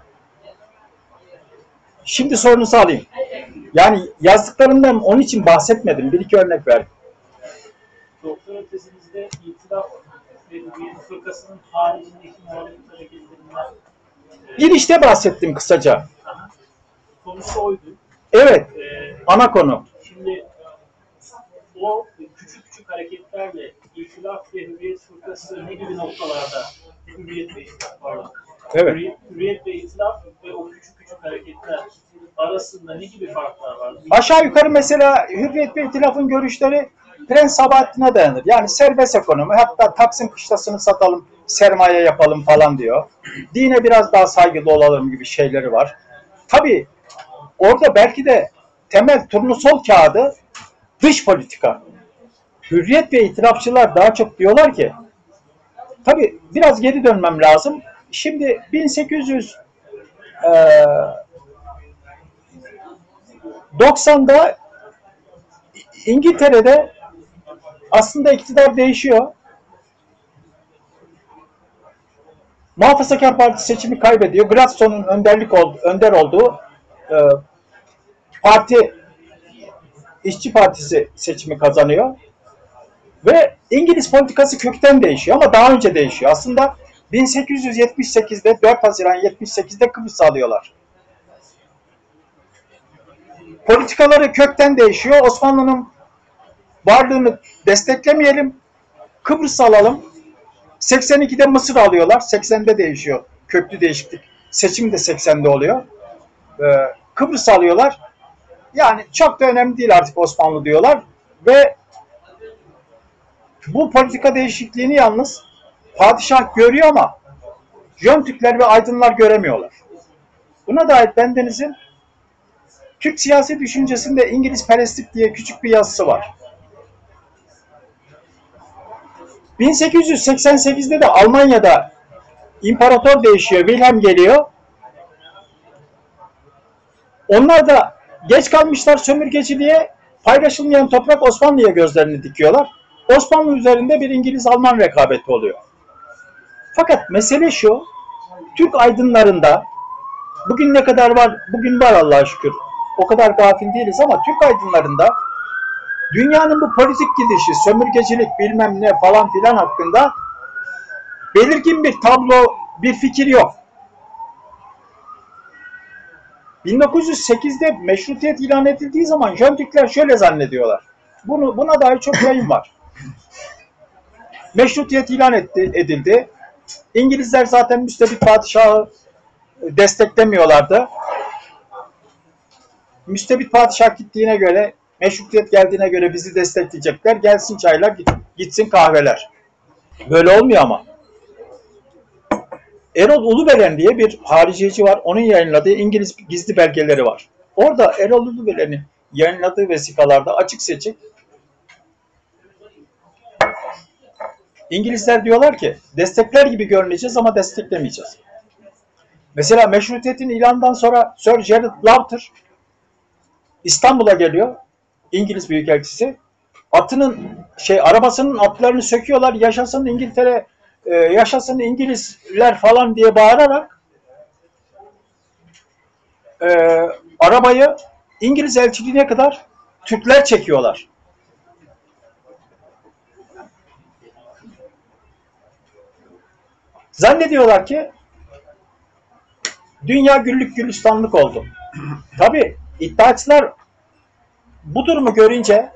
Şimdi sorunuzu alayım. Yani yazdıklarımdan onun için bahsetmedim. Bir iki örnek verdim. Doktora tezinizde itilaf ve Hürriyet Fırkası'nın haricindeki muhalefet hareketlerinden Girişte bahsettim kısaca. konusu oydu. Evet, ana konu. Şimdi o küçük küçük hareketlerle İtilaf ve Hürriyet Fırkası ne gibi noktalarda Hürriyet ve İtilaf pardon. Evet. Hürriyet ve İtilaf ve o küçük küçük hareketler arasında ne gibi farklar var? Aşağı yukarı mesela Hürriyet ve İtilaf'ın görüşleri Prens Sabahattin'e dayanır. Yani serbest ekonomi, hatta Taksim kışlasını satalım, sermaye yapalım falan diyor. Dine biraz daha saygılı olalım gibi şeyleri var. Tabii orada belki de temel turnusol kağıdı dış politika. Hürriyet ve itilafçılar daha çok diyorlar ki, tabii biraz geri dönmem lazım. Şimdi 1890'da İngiltere'de aslında iktidar değişiyor. Muhafazakar Parti seçimi kaybediyor. Gladstone'un önder olduğu parti, İşçi Partisi seçimi kazanıyor. Ve İngiliz politikası kökten değişiyor ama daha önce değişiyor. Aslında 1878'de 4 Haziran 78'de Kıbrıs alıyorlar. Politikaları kökten değişiyor. Osmanlı'nın varlığını desteklemeyelim, Kıbrıs alalım. 82'de Mısır alıyorlar. 80'de değişiyor. Köklü değişiklik. Seçim de 80'de oluyor. Kıbrıs alıyorlar. Yani çok da önemli değil artık Osmanlı diyorlar. Ve bu politika değişikliğini yalnız padişah görüyor ama Jön Türkler ve aydınlar göremiyorlar. Buna dair bendenizin Türk siyasi düşüncesinde İngiliz perestlik diye küçük bir yazısı var. 1888'de de Almanya'da imparator değişiyor, Wilhelm geliyor. Onlar da geç kalmışlar sömürgeciliğe, paylaşılmayan toprak Osmanlı'ya gözlerini dikiyorlar. Osmanlı üzerinde bir İngiliz-Alman rekabeti oluyor. Fakat mesele şu, Türk aydınlarında bugün ne kadar var? Bugün var Allah'a şükür. O kadar gafil değiliz ama Türk aydınlarında dünyanın bu politik gidişi, sömürgecilik bilmem ne falan filan hakkında belirgin bir tablo, bir fikir yok. 1908'de meşrutiyet ilan edildiği zaman Jön Türkler şöyle zannediyorlar. Buna dair çok yayın var. Meşrutiyet ilan edildi. İngilizler zaten müstebit padişahı desteklemiyorlardı. Müstebit padişah gittiğine göre, meşrutiyet geldiğine göre bizi destekleyecekler. Gelsin çaylar, gitsin kahveler. Böyle olmuyor ama. Erol Ulubelen diye bir hariciyeci var. Onun yayınladığı İngiliz gizli belgeleri var. Orada Erol Ulubelen'in yayınladığı vesikalarda açık seçik İngilizler diyorlar ki destekler gibi görüneceğiz ama desteklemeyeceğiz. Mesela meşrutiyetin ilanından sonra Sir Gerald Laughter İstanbul'a geliyor. İngiliz Büyükelçisi. Arabasının atlarını söküyorlar. Yaşasın İngiltere, yaşasın İngilizler falan diye bağırarak arabayı İngiliz elçiliğine kadar Türkler çekiyorlar. Zannediyorlar ki dünya güllük gülistanlık oldu. Tabii iddiaçılar bu durumu görünce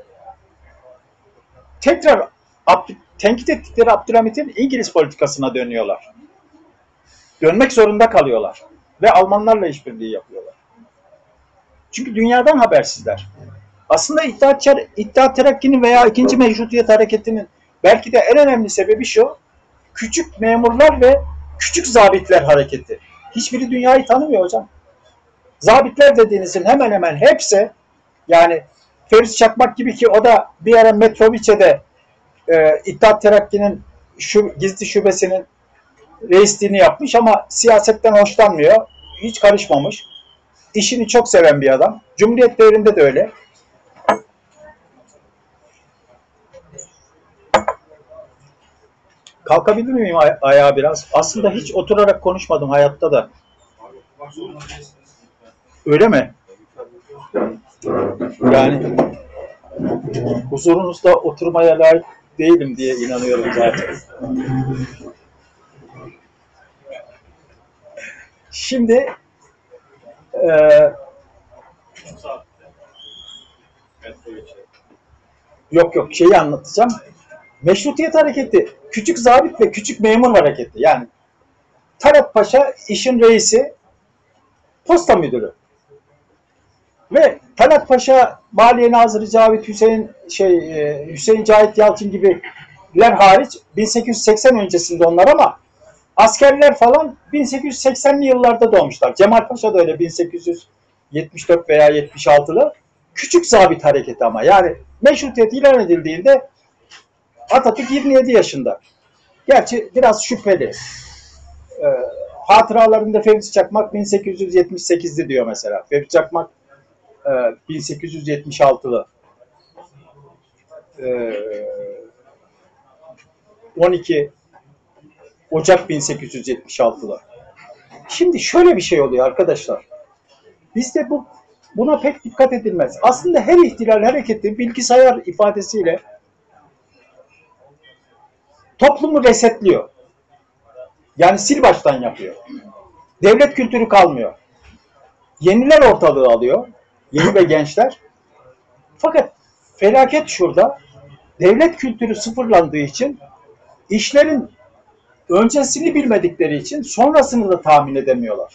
tekrar tenkit ettikleri Abdülhamit'in İngiliz politikasına dönüyorlar. Dönmek zorunda kalıyorlar. Ve Almanlarla işbirliği yapıyorlar. Çünkü dünyadan habersizler. Aslında İttihat Terakki'nin veya ikinci Meşrutiyet Hareketi'nin belki de en önemli sebebi şu: küçük memurlar ve küçük zabitler hareketi. Hiçbiri dünyayı tanımıyor hocam. Zabitler dediğinizin hemen hemen hepsi, yani Ferit Çakmak gibi, ki o da bir ara Metroviçe'de İttihat Terakki'nin gizli şubesinin reisliğini yapmış ama siyasetten hoşlanmıyor. Hiç karışmamış. İşini çok seven bir adam. Cumhuriyet devrinde de öyle. Kalkabilir miyim ayağa biraz? Aslında hiç oturarak konuşmadım hayatta da. Öyle mi? Yani huzurunuzda oturmaya layık değilim diye inanıyorum zaten. Şimdi yok şeyi anlatacağım. Meşrutiyet hareketi küçük zabit ve küçük memur hareketi. Yani Talat Paşa işin reisi, posta müdürü. Ve Talat Paşa, Maliye Nazırı Cavit Hüseyin Cahit Yalçın gibiler hariç 1880 öncesinde onlar, ama askerler falan 1880'li yıllarda doğmuşlar. Cemal Paşa da öyle 1874 veya 76'lı. Küçük zabit hareketi ama. Yani meşrutiyet ilan edildiğinde Atatürk 27 yaşında. Gerçi biraz şüpheli. Hatıralarında Fevzi Çakmak 1878'li diyor mesela. Fevzi Çakmak 1876'lı. 12 Ocak 1876'lı. Şimdi şöyle bir şey oluyor arkadaşlar. Bizde buna pek dikkat edilmez. Aslında her ihtilal hareketi bilgisayar ifadesiyle toplumu resetliyor. Yani sil baştan yapıyor. Devlet kültürü kalmıyor. Yeniler ortalığı alıyor. Yeni ve gençler. Fakat felaket şurada. Devlet kültürü sıfırlandığı için, işlerin öncesini bilmedikleri için sonrasını da tahmin edemiyorlar.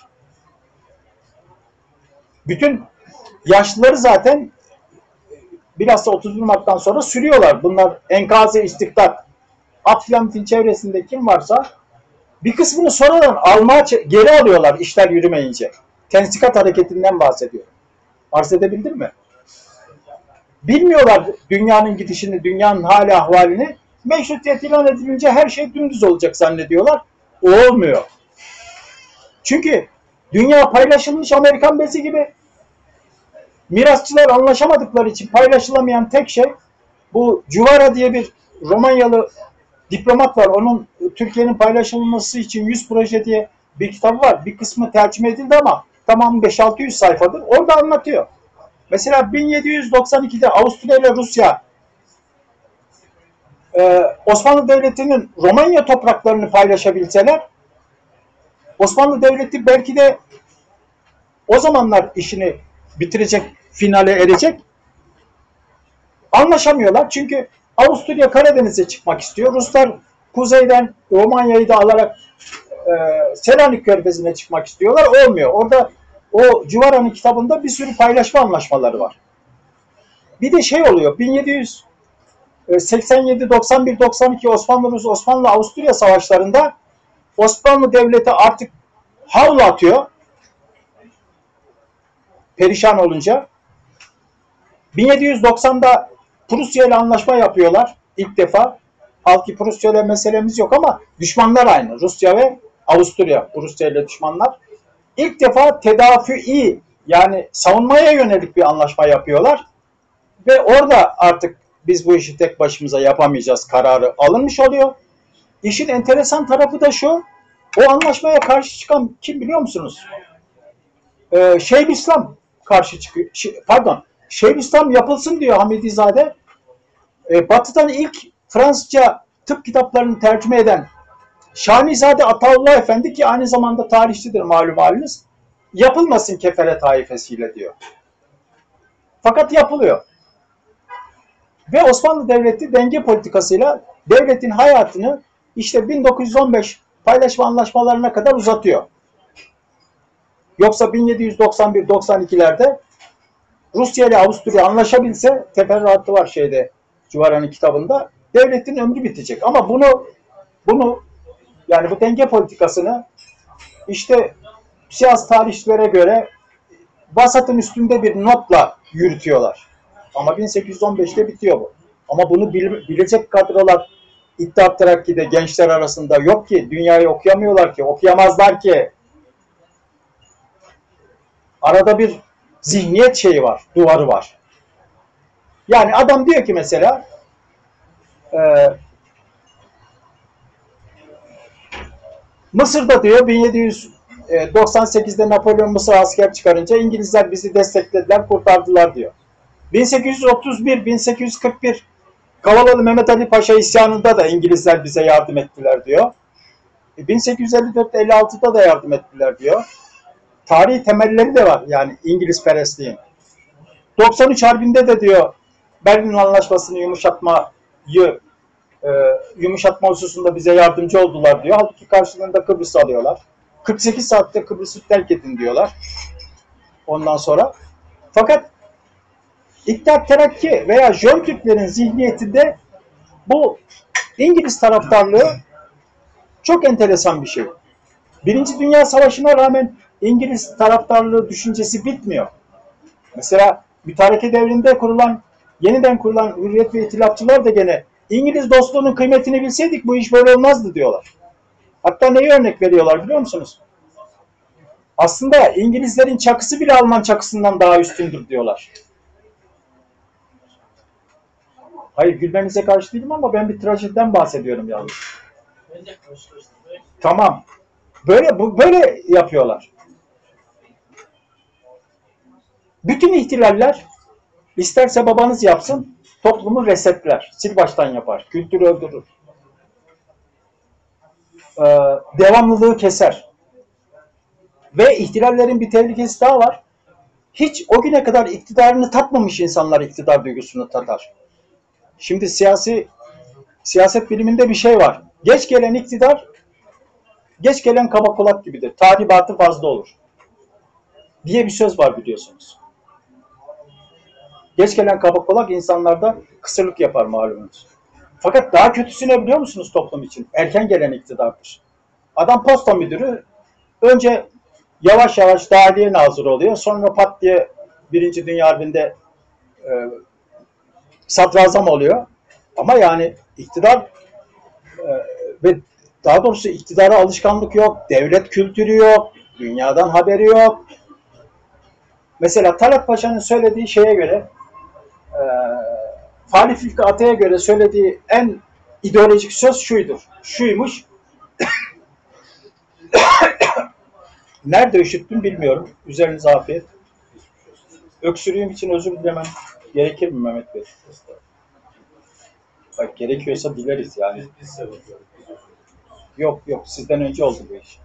Bütün yaşlıları zaten bilhassa 31 Mart'tan sonra sürüyorlar. Bunlar enkaz-ı istikdat. Abdülhamit'in çevresinde kim varsa bir kısmını sonradan geri alıyorlar işler yürümeyince. Tensikat hareketinden bahsediyorum. Arz edebildim mi? Bilmiyorlar dünyanın gidişini, dünyanın hali ahvalini. Meşrutiyet ilan edilince her şey dümdüz olacak zannediyorlar. O olmuyor. Çünkü dünya paylaşılmış Amerikan bezi gibi. Mirasçılar anlaşamadıkları için paylaşılamayan tek şey, bu Cuvara diye bir Romanyalı diplomat var. Onun Türkiye'nin paylaşılması için 100 proje diye bir kitabı var. Bir kısmı tercüme edildi ama tamamı 5-600 sayfadır. Orada anlatıyor. Mesela 1792'de Avusturya ile Rusya Osmanlı Devleti'nin Romanya topraklarını paylaşabilseler, Osmanlı Devleti belki de o zamanlar işini bitirecek, finale erecek. Anlaşamıyorlar çünkü Avusturya Karadeniz'e çıkmak istiyor. Ruslar kuzeyden Romanya'yı da alarak Selanik Körfezi'ne çıkmak istiyorlar. Olmuyor. Orada o Civara'nın kitabında bir sürü paylaşma anlaşmaları var. Bir de şey oluyor. 1787, 91, 92 Osmanlı-Avusturya savaşlarında Osmanlı Devleti artık havlu atıyor. Perişan olunca. 1790'da Prusya ile anlaşma yapıyorlar ilk defa. Halbuki Prusya ile meselemiz yok ama düşmanlar aynı. Rusya ve Avusturya. Prusya ile düşmanlar. İlk defa tedafi, yani savunmaya yönelik bir anlaşma yapıyorlar. Ve orada artık biz bu işi tek başımıza yapamayacağız kararı alınmış oluyor. İşin enteresan tarafı da şu. O anlaşmaya karşı çıkan kim biliyor musunuz? Şeyhülislam karşı çıkıyor. Şeyhülislam yapılsın diyor Hamidizade. Batı'dan ilk Fransızca tıp kitaplarını tercüme eden Şahnizade Ataullah Efendi, ki aynı zamanda tarihçidir malum haliniz, yapılmasın kefere taifesiyle diyor. Fakat yapılıyor. Ve Osmanlı Devleti denge politikasıyla devletin hayatını işte 1915 paylaşma anlaşmalarına kadar uzatıyor. Yoksa 1791-92'lerde Rusya ile Avusturya anlaşabilse, teferruatı var Civara'nın kitabında, devletin ömrü bitecek. Ama bunu yani bu denge politikasını işte siyasi tarihçilere göre vasatın üstünde bir notla yürütüyorlar. Ama 1815'te bitiyor bu. Ama bunu bilecek kadrolar İttihat Terakki'de gençler arasında yok ki. Dünyayı okuyamıyorlar ki. Okuyamazlar ki. Arada bir zihniyet var. Duvarı var. Yani adam diyor ki mesela Mısır'da diyor 1798'de Napolyon Mısır'a asker çıkarınca İngilizler bizi desteklediler, kurtardılar diyor. 1831-1841 Kavalalı Mehmet Ali Paşa isyanında da İngilizler bize yardım ettiler diyor. 1854-56'da da yardım ettiler diyor. Tarihi temelleri de var yani İngilizperestliğin. 93 Harbi'nde de diyor Berlin Anlaşması'nı yumuşatma hususunda bize yardımcı oldular diyor. Halbuki karşılığında Kıbrıs'ı alıyorlar. 48 saatte Kıbrıs'ı terk edin diyorlar. Ondan sonra. Fakat İttihat Terakki veya Jön Türklerin zihniyetinde bu İngiliz taraftarlığı çok enteresan bir şey. Birinci Dünya Savaşı'na rağmen İngiliz taraftarlığı düşüncesi bitmiyor. Mesela mütareke devrinde yeniden kurulan Hürriyet ve İtilafçılar da gene İngiliz dostluğunun kıymetini bilseydik bu iş böyle olmazdı diyorlar. Hatta neyi örnek veriyorlar biliyor musunuz? Aslında İngilizlerin çakısı bile Alman çakısından daha üstündür diyorlar. Hayır, gülmenize karşı değilim ama ben bir trajediden bahsediyorum yalnız. Tamam. Böyle yapıyorlar. Bütün ihtilaller isterse babanız yapsın, toplumu resetler, sil baştan yapar, kültürü öldürür. Devamlılığı keser. Ve ihtilallerin bir tehlikesi daha var. Hiç o güne kadar iktidarını tatmamış insanlar iktidar duygusunu tatar. Şimdi siyaset biliminde bir şey var. Geç gelen iktidar, geç gelen kaba kulak gibidir. Takibatı fazla olur. Diye bir söz var biliyorsunuz. Geç gelen kaba kulak insanlarda kısırlık yapar malumunuz. Fakat daha kötüsü ne biliyor musunuz toplum için? Erken gelen iktidardır. Adam posta müdürü önce yavaş yavaş dahiliye nazırı oluyor. Sonra pat diye Birinci Dünya Harbi'nde sadrazam oluyor. Ama yani iktidar ve daha doğrusu iktidara alışkanlık yok, devlet kültürü yok, dünyadan haberi yok. Mesela Talat Paşa'nın söylediği şeye göre, Fahri Fikri Atay'a göre söylediği en ideolojik söz şuymuş. Nerede üşüttüm bilmiyorum. Üzerinize afiyet. Öksürüğüm için özür dilemem gerekir mi Mehmet Bey? Bak, gerekiyorsa dileriz yani. Yok sizden önce oldu bu iş.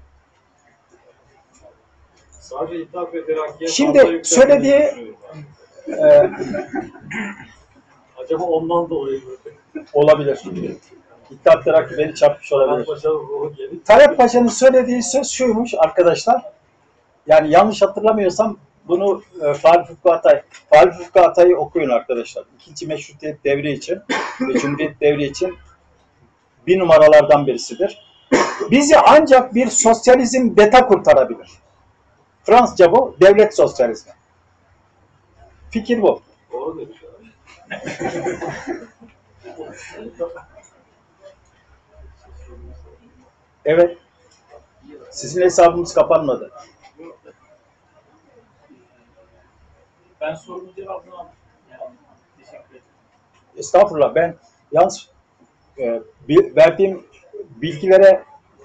Sadece İttihat ve Terakki'ye şimdi söylediği Acaba ondan dolayı mı? Olabilir. İttihat Terakki beni çarpmış olabilir. Paşa'nın ruhu gelip Tayyip Paşa'nın söylediği söz şuymuş arkadaşlar. Yani yanlış hatırlamıyorsam bunu Fahri Rıfkı Atay'ı okuyun arkadaşlar. İkinci Meşrutiyet devri için ve Cumhuriyet devri için bir numaralardan birisidir. Bizi ancak bir sosyalizm beta kurtarabilir. Fransızca bu, devlet sosyalizmi. Fikir bu. doğru demiş abi. Evet, sizin hesabınız kapanmadı. Ben sorunun cevabını aldım. Yani, teşekkür ederim. Estağfurullah, ben yalnız verdiğim bilgilere,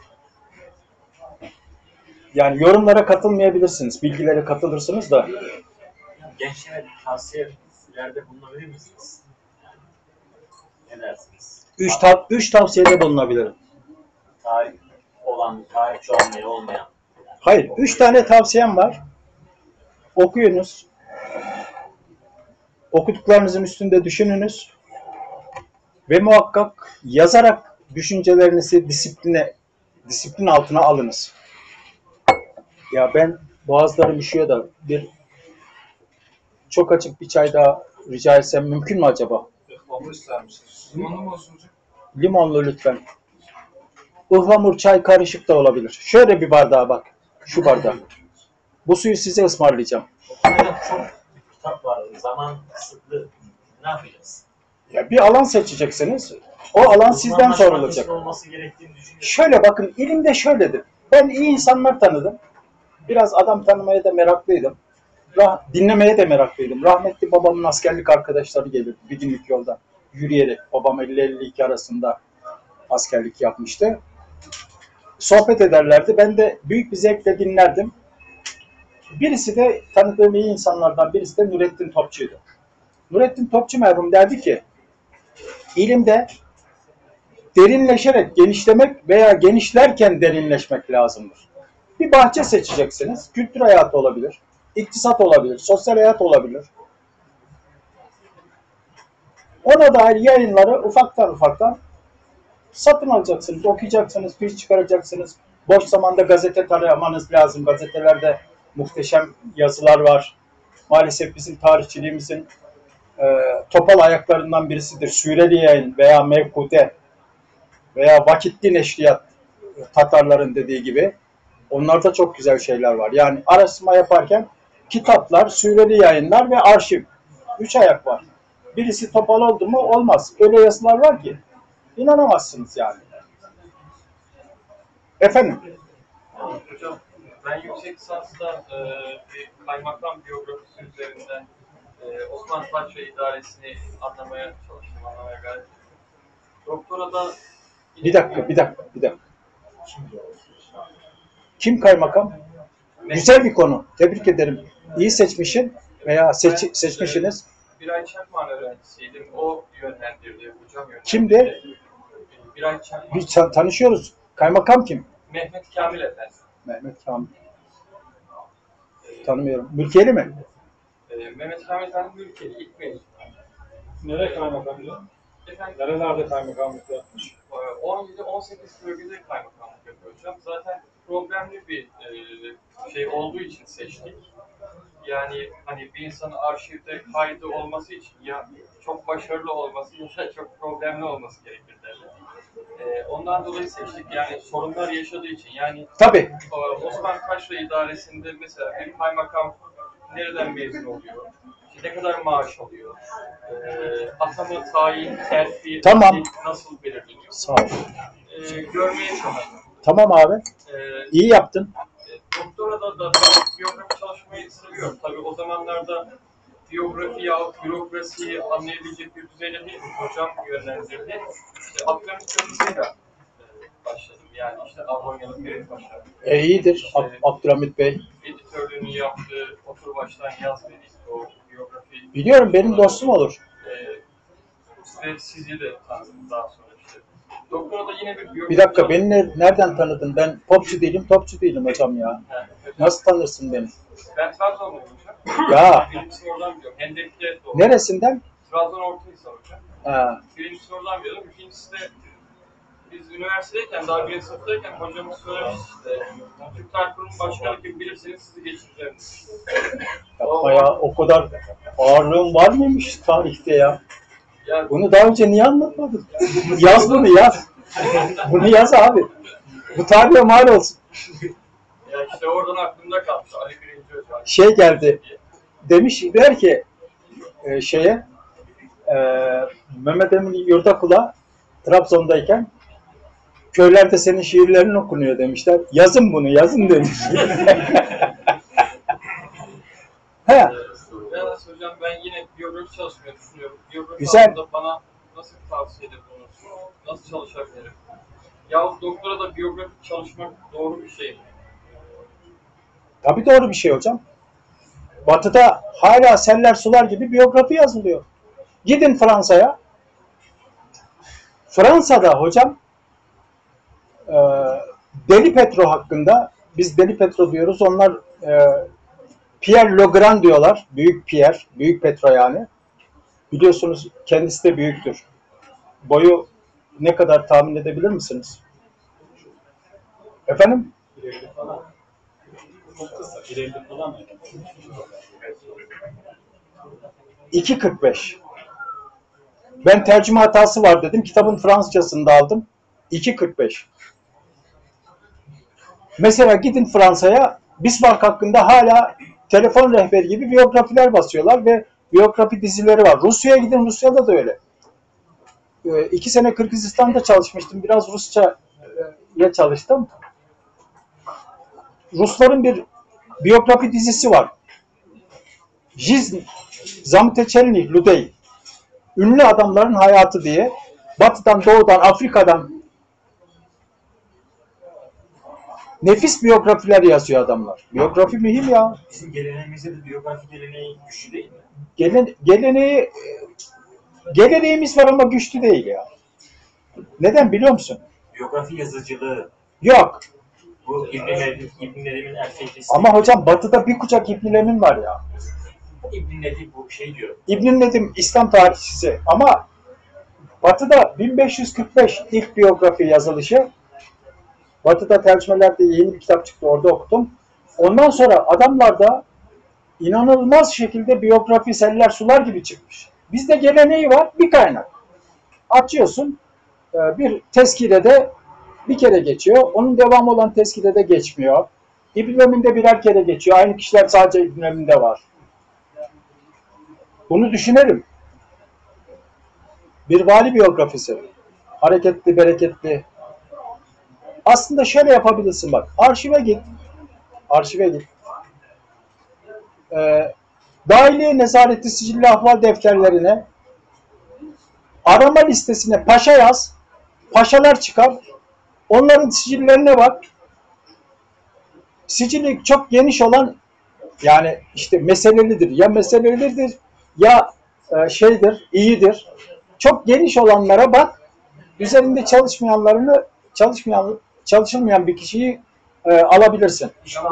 yani yorumlara katılmayabilirsiniz. Bilgilere katılırsınız da. Gençlere tavsiyelerde bulunabilir misiniz? Ne dersiniz? Üç tavsiyede bulunabilirim. Tarih olan, tarihçi olmayan, olmayan. Hayır, 3 tane tavsiyem var. Okuyunuz. Okuduklarınızın üstünde düşününüz. Ve muhakkak yazarak düşüncelerinizi disiplin altına alınız. Ya ben boğazlarım üşüyor da çok açık bir çay daha rica etsem mümkün mü acaba? Hamur ister misiniz? Limonlu mu olsun hocam? Limonlu lütfen. Ihlamur çay karışık da olabilir. Şöyle bir bardağa bak. Şu bardağa. Bu suyu size ısmarlayacağım. Hocam çok kitap var. Zaman kısıtlı. Ne yapacağız? Ya bir alan seçeceksiniz. O alan sizden sorulacak. Olması gerektiğini düşünüyorum. Şöyle bakın, ilimde şöyledir. Ben iyi insanlar tanıdım. Biraz adam tanımaya da meraklıydım. Dinlemeye de meraklıydım. Rahmetli babamın askerlik arkadaşları gelirdi bir günlük yolda yürüyerek. Babam 50-52 arasında askerlik yapmıştı. Sohbet ederlerdi. Ben de büyük bir zevkle dinlerdim. Birisi de tanıdığım iyi insanlardan birisi de Nurettin Topçu'ydu. Nurettin Topçu merhum derdi ki, ilimde derinleşerek genişlemek veya genişlerken derinleşmek lazımdır. Bir bahçe seçeceksiniz. Kültür hayatı olabilir, iktisat olabilir, sosyal hayat olabilir. Ona dair yayınları ufaktan satın alacaksınız, okuyacaksınız, fiş çıkaracaksınız. Boş zamanda gazete taramanız lazım. Gazetelerde muhteşem yazılar var. Maalesef bizim tarihçiliğimizin topal ayaklarından birisidir. Süreli Yayın veya Mevkude veya Vakitli Neşriyat, Tatarların dediği gibi. Onlarda çok güzel şeyler var. Yani araştırma yaparken kitaplar, süreli yayınlar ve arşiv. 3 ayak var. Birisi topal oldu mu olmaz. Öyle yazılar var ki inanamazsınız yani. Efendim? Hocam, ben yüksek lisansta bir kaymakam biyografisi üzerinden Osmanlı Taç ve İdaresi'ni anlamaya çalıştım, anlamaya gayret ettim. Doktora da... Bir dakika. Kim kaymakam? Güzel bir konu. Tebrik ederim. İyi seçmişsin veya seçmişsiniz. Biray Çakman öğrencisiydim. O yönlendirdi, hocam yönlendirdi. Kimdi? Biray Çakman. Biz tanışıyoruz. Kaymakam kim? Mehmet Kamil Efendi. Mehmet Kamil. Tanımıyorum. Mülkiyeli mi? Mehmet Kamil Efendi Mülkeli, ilk mezun. Nereye kaymakamlığı? Efendim, Nerelerde kaymakamlık yapmış? 17-18 bölgede kaymakamlık yapıyor hocam. Zaten problemli bir şey olduğu için seçtik. Yani hani bir insanın arşivde kaydı olması için ya çok başarılı olması ya da çok problemli olması gerekir derler. Ondan dolayı seçtik. Yani sorunlar yaşadığı için. Yani Tabii. Osman Kaşra İdaresi'nde mesela bir kaymakam nereden mezun oluyor? İşte ne kadar maaş alıyor? Atama, tayin, terfi Tamam. nasıl belirleniyor? Sağ ol. Görmeye çalıştım. Tamam abi. İyi yaptın. Doktora da biyografi çalışmayı seviyorum. Tabii o zamanlarda biyografi yahut bürokrasiyi anlayabilecek bir düzeyde değil. Hocam yönlendirdi. İşte Abdülhamit Yazıcı'yla başladım. Yani işte Almanya'nın Ferit Paşa. İyidir İşte, Abdülhamit Bey. editörlüğünü yaptı. Otur baştan yaz dedi. O biyografi. Biliyorum, benim dostum olur. Ve sizi de tanıdım daha sonra işte. Doktora da yine bir biyografi... Bir dakika, beni nereden tanıdın? Ben topçu değilim hocam ya. Nasıl tanırsın beni? Ben Trabzonluyum hocam. Ya. Birincisini oradan biliyorum. Hendek'te doğdum. Neresinden? Trabzon Ortahisar hocam. Ha, Birincisi oradan biliyorum. İkincisi de biz üniversitedeyken, daha birinci sınıftayken hocamız söylemiş işte. Türk Tarih Kurumu Başkanı kim bilirseniz sizi geçireceğim. yapma ya, o kadar ağırlığın var mıymış tarihte ya? Ya, Bunu daha önce niye anlatmadın? Yaz bunu yaz. Bunu yaz abi. Bu tarihe mal olsun. ya işte oradan aklımda kalmış Ali Birinci Hocam. Şey geldi. Demişler ki e, Mehmet Emin Yurdakul'a Trabzon'dayken köylerde senin şiirlerin okunuyor demişler. Yazın bunu, yazın demiş. He, Evet hocam, ben yine biyografi çalışmayı düşünüyorum. Biyografi Güzel. hakkında bana nasıl bir tavsiyede bulunursunuz? Nasıl çalışabilirim? Yahut doktora da biyografi çalışmak doğru bir şey mi? tabii doğru bir şey hocam. Batı'da hala seller sular gibi biyografi yazılıyor. Gidin Fransa'ya. Fransa'da hocam e, Deli Petro hakkında, biz Deli Petro diyoruz, onlar Pierre Legrand diyorlar. Büyük Pierre, Büyük Petro yani. Biliyorsunuz kendisi de büyüktür. Boyu ne kadar tahmin edebilir misiniz? Efendim? 1.50 falan. 1.50 falan mı? 2.45. Ben tercüme hatası var dedim. Kitabın Fransızcasını da aldım. 2.45. Mesela gidin Fransa'ya, Bismarck hakkında hala telefon rehberi gibi biyografiler basıyorlar ve biyografi dizileri var. Rusya'ya gidin, Rusya'da da öyle. 2 sene Kırgızistan'da çalışmıştım. Biraz Rusça'ya çalıştım. Rusların bir biyografi dizisi var. Жизнь замечательных людей. Ünlü adamların hayatı diye. Batı'dan, Doğu'dan, Afrika'dan nefis biyografiler yazıyor adamlar. Biyografi mühim ya. Bizim geleneğimizde de biyografi geleneği güçlü değil mi? Geleneğimiz var ama güçlü değil ya. Neden biliyor musun? Biyografi yazıcılığı, Yok. bu İbn Nedim'in Elfehrisi. Ama hocam Batı'da bir kucak İbn Lemin var ya. İbn Nedim bu şey diyor. İbn Nedim İslam tarihçisi ama Batı'da 1545 ilk biyografi yazılışı. Batı'da tercümelerde yeni bir kitap çıktı, orada okudum. Ondan sonra adamlarda inanılmaz şekilde biyografi seller sular gibi çıkmış. Bizde geleneği var, bir kaynak. Açıyorsun, bir tezkirede bir kere geçiyor. Onun devamı olan tezkirede geçmiyor. İbn Emin'de birer kere geçiyor. Aynı kişiler sadece İbn Emin'de var. Bunu düşünelim. Bir vali biyografisi. Hareketli, bereketli. Aslında şöyle yapabilirsin bak. Arşive git. Arşive git. Dahiliye Nezareti Sicilli Ahval defterlerine, arama listesine paşa yaz. Paşalar çıkar. Onların sicillerine bak. Sicili çok geniş olan, yani işte meselelidir. Ya meselelidir ya şeydir, iyidir. Çok geniş olanlara bak. Üzerinde çalışılmayan bir kişiyi alabilirsin.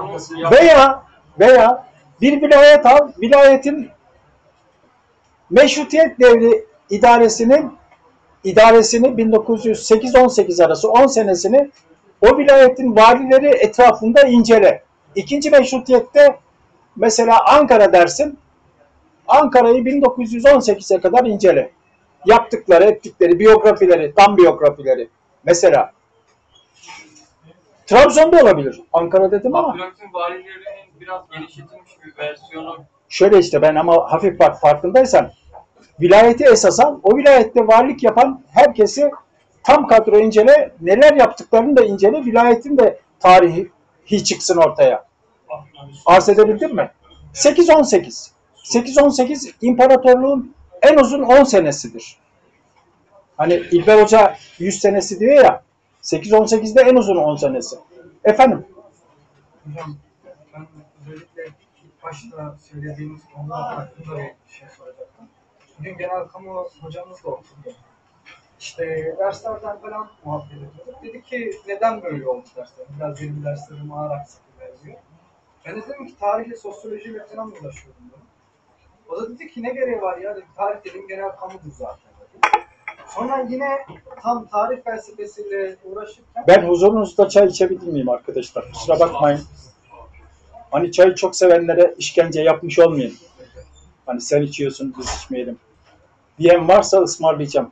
Veya bir vilayet al, vilayetin meşrutiyet devri idaresini 1908-18 arası 10 senesini o vilayetin valileri etrafında incele. İkinci meşrutiyette mesela Ankara dersin. Ankara'yı 1918'e kadar incele. Yaptıkları, ettikleri, biyografileri, tam biyografileri. Mesela Trabzon'da olabilir. Ankara dedim ama. Abdülhamit'in valilerinin biraz genişletilmiş bir versiyonu. Şöyle işte, ben ama hafif bak, farkındaysan vilayeti esas al. O vilayette varlık yapan herkesi tam kadro incele. Neler yaptıklarını da incele. Vilayetin de tarihi çıksın ortaya. Arz edebildim mi? 8-18. 8-18 imparatorluğun en uzun 10 senesidir. Hani İlber Hoca 100 senesi diyor ya. 8-18'de en uzun 10 senesi. Efendim? Hocam ben özellikle ilk başta söylediğiniz konular hakkında bir şey soracaktım. Bugün genel kamu hocamız da oturdu. İşte derslerden falan muhabbet ediyorduk. Dedi ki neden böyle olmuş dersler? Biraz benim derslerim ağır aksaklı diyor. Ben de dedim ki tarihle, sosyolojiyle falan uğraşıyorum dedim. O da dedi ki ne gereği var ya dedi, tarih dediğim genel kamudur zaten dedi. Sonra yine tam tarih felsefesiyle uğraşırken Ben huzurunuzda çay içebilir miyim arkadaşlar? Kusura bakmayın. Hani çayı çok sevenlere işkence yapmış olmayayım. Hani sen içiyorsun biz içmeyelim. Diyen varsa ısmarlayacağım.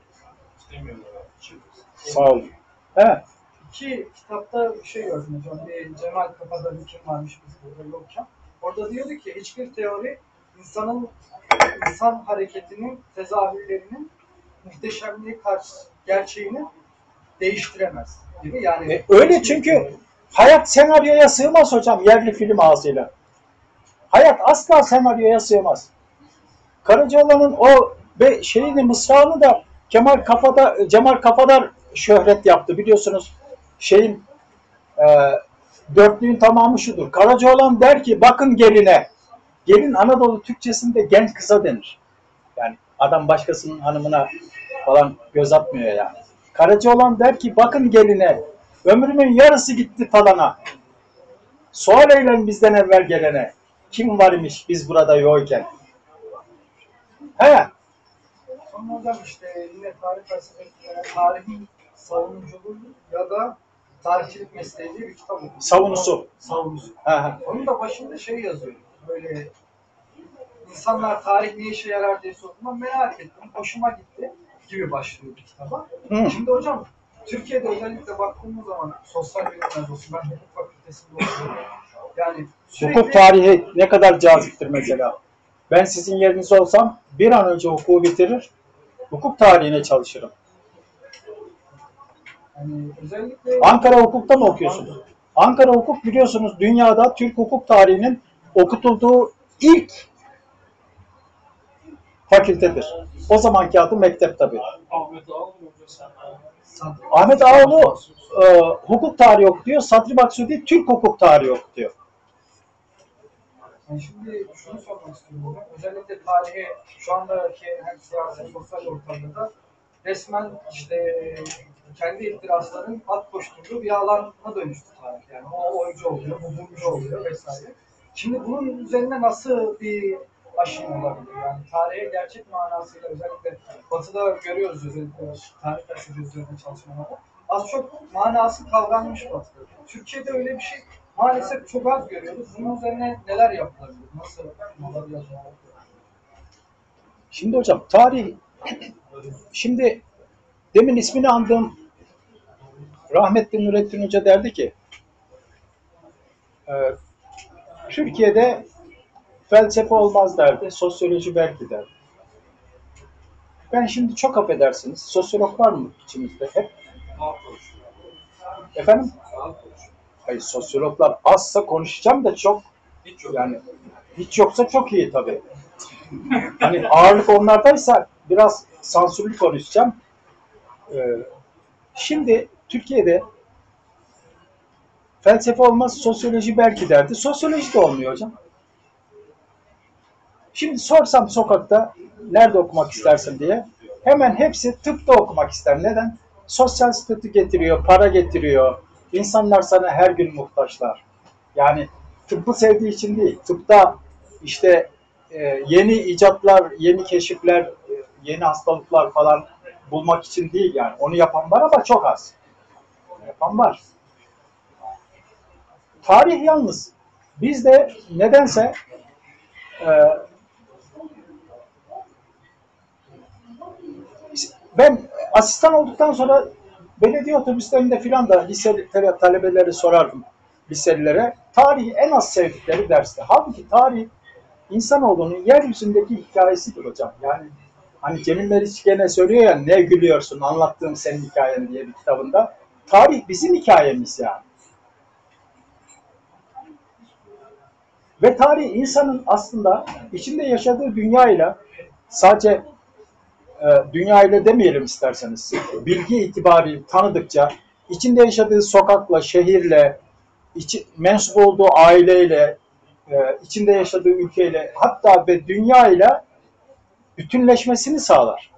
Sağ olun. He. iki kitapta bir şey gördüm hocam. Bir Cemal Kafada bir kim varmış biz burada yokken. Orada diyordu ki hiçbir teori insan hareketinin tezahürlerinin muhteşemliği karşı gerçeğini değiştiremez gibi. Yani Öyle çünkü hayat senaryoya sığmaz hocam yerli film ağzıyla. Hayat asla senaryoya sığmaz. Karacaoğlan'ın o şeyini mısrağını da Cemal Kafadar şöhret yaptı biliyorsunuz. Şeyin e, dörtlüğün tamamı şudur. Karacaoğlan der ki bakın geline. Gelin Anadolu Türkçesinde genç kıza denir. Yani adam başkasının hanımına falan göz atmıyor yani. Karacaoğlan der ki bakın geline. Ömrümün yarısı gitti falana. Sual eylen bizden evvel gelene. Kim var imiş biz burada yokken. He. sonra hocam işte yine tarih felsefesinde tarihin savunuculuğu ya da tarihçilik mesleği diye bir kitap okudum. Savunusu. Savunusu. He, he. Onun da başında şey yazıyor. Böyle insanlar tarih ne işe yarar diye sorduğumda merak ettim. Hoşuma gitti gibi başlıyor bir kitaba. Hı. Şimdi hocam Türkiye'de özellikle baktığımız zaman sosyal bilimler olsun, ben hukuk fakültesinde okuyorum. Yani Hukuk tarihi ne kadar caziptir mesela. Ben sizin yerinizde olsam bir an önce hukuku bitirir, hukuk tarihine çalışırım. yani özellikle Ankara Hukuk'ta mı okuyorsunuz? Ankara Hukuk biliyorsunuz dünyada Türk hukuk tarihinin okutulduğu ilk fakültedir. O zamanki adı mektep tabii. Ahmet Ağaoğlu hocam. Ahmet Ağaoğlu hukuk tarihi okutuyor, Sadri Maksudi Türk hukuk tarihi okutuyor. yani şimdi şunu sormak istiyorum hocam. Özellikle tarihe şu andaki hem siyasi sosyal ortamda resmen işte kendi ihtirasların at koşturduğu bir alana dönüştü tarih. Yani o oyuncu oluyor, bu bulmucu oluyor vesaire. Şimdi bunun üzerine nasıl bir aşım olabilir? Yani tarihe gerçek manasıyla özellikle Batı'da görüyoruz özellikle tarih felsefesi üzerine çalışmalarda. Az çok manası kavranmış Batı'da. Türkiye'de öyle bir şey maalesef çok az görüyoruz. Bunun üzerine neler yapılabilir? Nasıl olabilir? Şimdi hocam tarih, şimdi demin ismini andığım rahmetli Nurettin Hoca derdi ki Türkiye'de felsefe olmaz derdi, sosyoloji belki derdi. Ben şimdi çok affedersiniz, sosyolog var mı içimizde? Hep. Efendim? Hayır, sosyologlar azsa konuşacağım da çok, yani hiç yoksa çok iyi tabii. Hani ağırlık onlardaysa biraz sansürlü konuşacağım. Şimdi Türkiye'de felsefe olmaz, sosyoloji belki derdi. Sosyoloji de olmuyor hocam. Şimdi sorsam sokakta nerede okumak istersin diye hemen hepsi tıpta okumak ister. Neden? Sosyal statü getiriyor, para getiriyor. İnsanlar sana her gün muhtaçlar. Yani tıbbı sevdiği için değil. Tıpta işte yeni icatlar, yeni keşifler, yeni hastalıklar falan bulmak için değil yani. Onu yapan var ama çok az. Yapan var. Tarih yalnız. Bizde nedense e, ben asistan olduktan sonra belediye otobüslerinde filan da lise talebeleri sorardım liselilere. Tarihi en az sevdikleri derste. Halbuki tarih insanoğlunun yeryüzündeki hikayesidir hocam. Yani hani Cemil Meriç gene söylüyor ya ne gülüyorsun anlattığım senin hikayen diye bir kitabında. Tarih bizim hikayemiz yani. Ve tarih insanın aslında içinde yaşadığı dünyayla sadece dünya ile demeyelim isterseniz, bilgi itibariyle tanıdıkça içinde yaşadığı sokakla, şehirle, mensup olduğu aileyle, içinde yaşadığı ülkeyle, hatta ve dünya ile bütünleşmesini sağlar.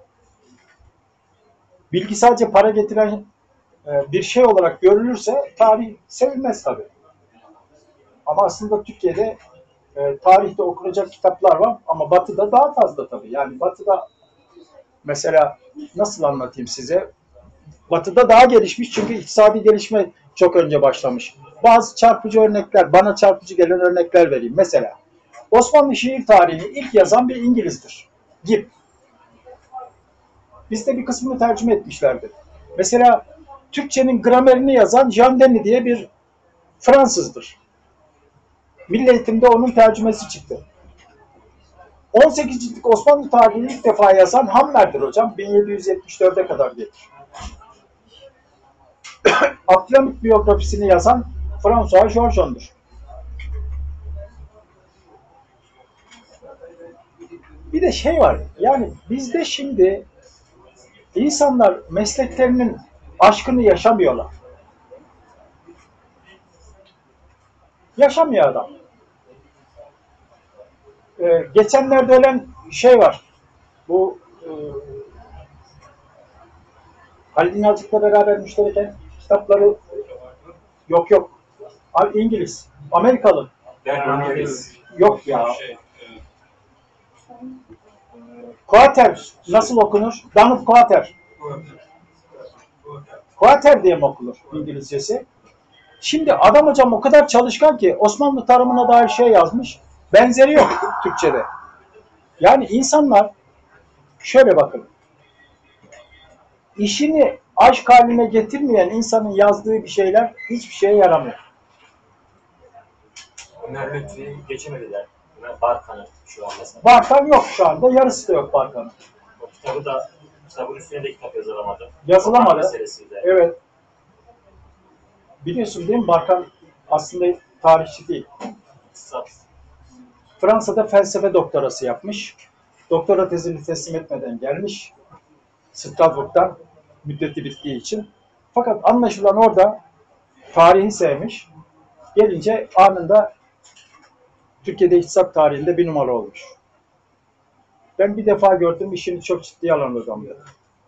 Bilgi sadece para getiren bir şey olarak görülürse tarih sevilmez tabii. Ama aslında Türkiye'de tarihte okunacak kitaplar var ama Batı'da daha fazla tabii. Yani Batı'da mesela nasıl anlatayım size? Batı'da daha gelişmiş çünkü iktisadi gelişme çok önce başlamış. Bazı çarpıcı örnekler, bana çarpıcı gelen örnekler vereyim. Mesela Osmanlı şiir tarihini ilk yazan bir İngiliz'dir. Gibb. Bizde bir kısmını tercüme etmişlerdi. Mesela Türkçenin gramerini yazan Jean Denis diye bir Fransızdır. Milli Eğitim'de onun tercümesi çıktı. 18 ciltlik Osmanlı tarihini ilk defa yazan Hammer'dir hocam. 1774'e kadar gelir. Abdülhamit biyografisini yazan François Georges'dur. Bir de şey var, yani bizde şimdi insanlar mesleklerinin aşkını yaşamıyorlar. Yaşamıyor adam. Geçenlerde ölen şey var. Bu Halil İnalcık'la beraber müştereken kitapları yok. İngiliz, Amerikalı. Yok ya. Quater nasıl okunur? Donald Quater. Quater diye mi okunur İngilizcesi? Şimdi adam hocam o kadar çalışkan ki Osmanlı tarımına dair şey yazmış. Benzeri yok Türkçe'de. Yani insanlar şöyle bakın. İşini aşk haline getirmeyen insanın yazdığı bir şeyler hiçbir şeye yaramıyor. Ömer Lütfü'yü geçemediler. Ömer Barkan'ı şu an mesela. Barkan yok şu anda. Yarısı da yok Barkan'ın. O kitabın üstüne de kitap yazılamadı. Yazılamadı. Meselesiyle. Evet. Biliyorsun değil mi? Barkan aslında tarihçi değil. Fransa'da felsefe doktorası yapmış. Doktora tezini teslim etmeden gelmiş. Strasbourg'dan müddeti bittiği için. Fakat anlaşılan orada tarihi sevmiş. Gelince anında Türkiye'de iktisat tarihinde bir numara olmuş. Ben bir defa gördüm, işini çok ciddiye alan adamdı.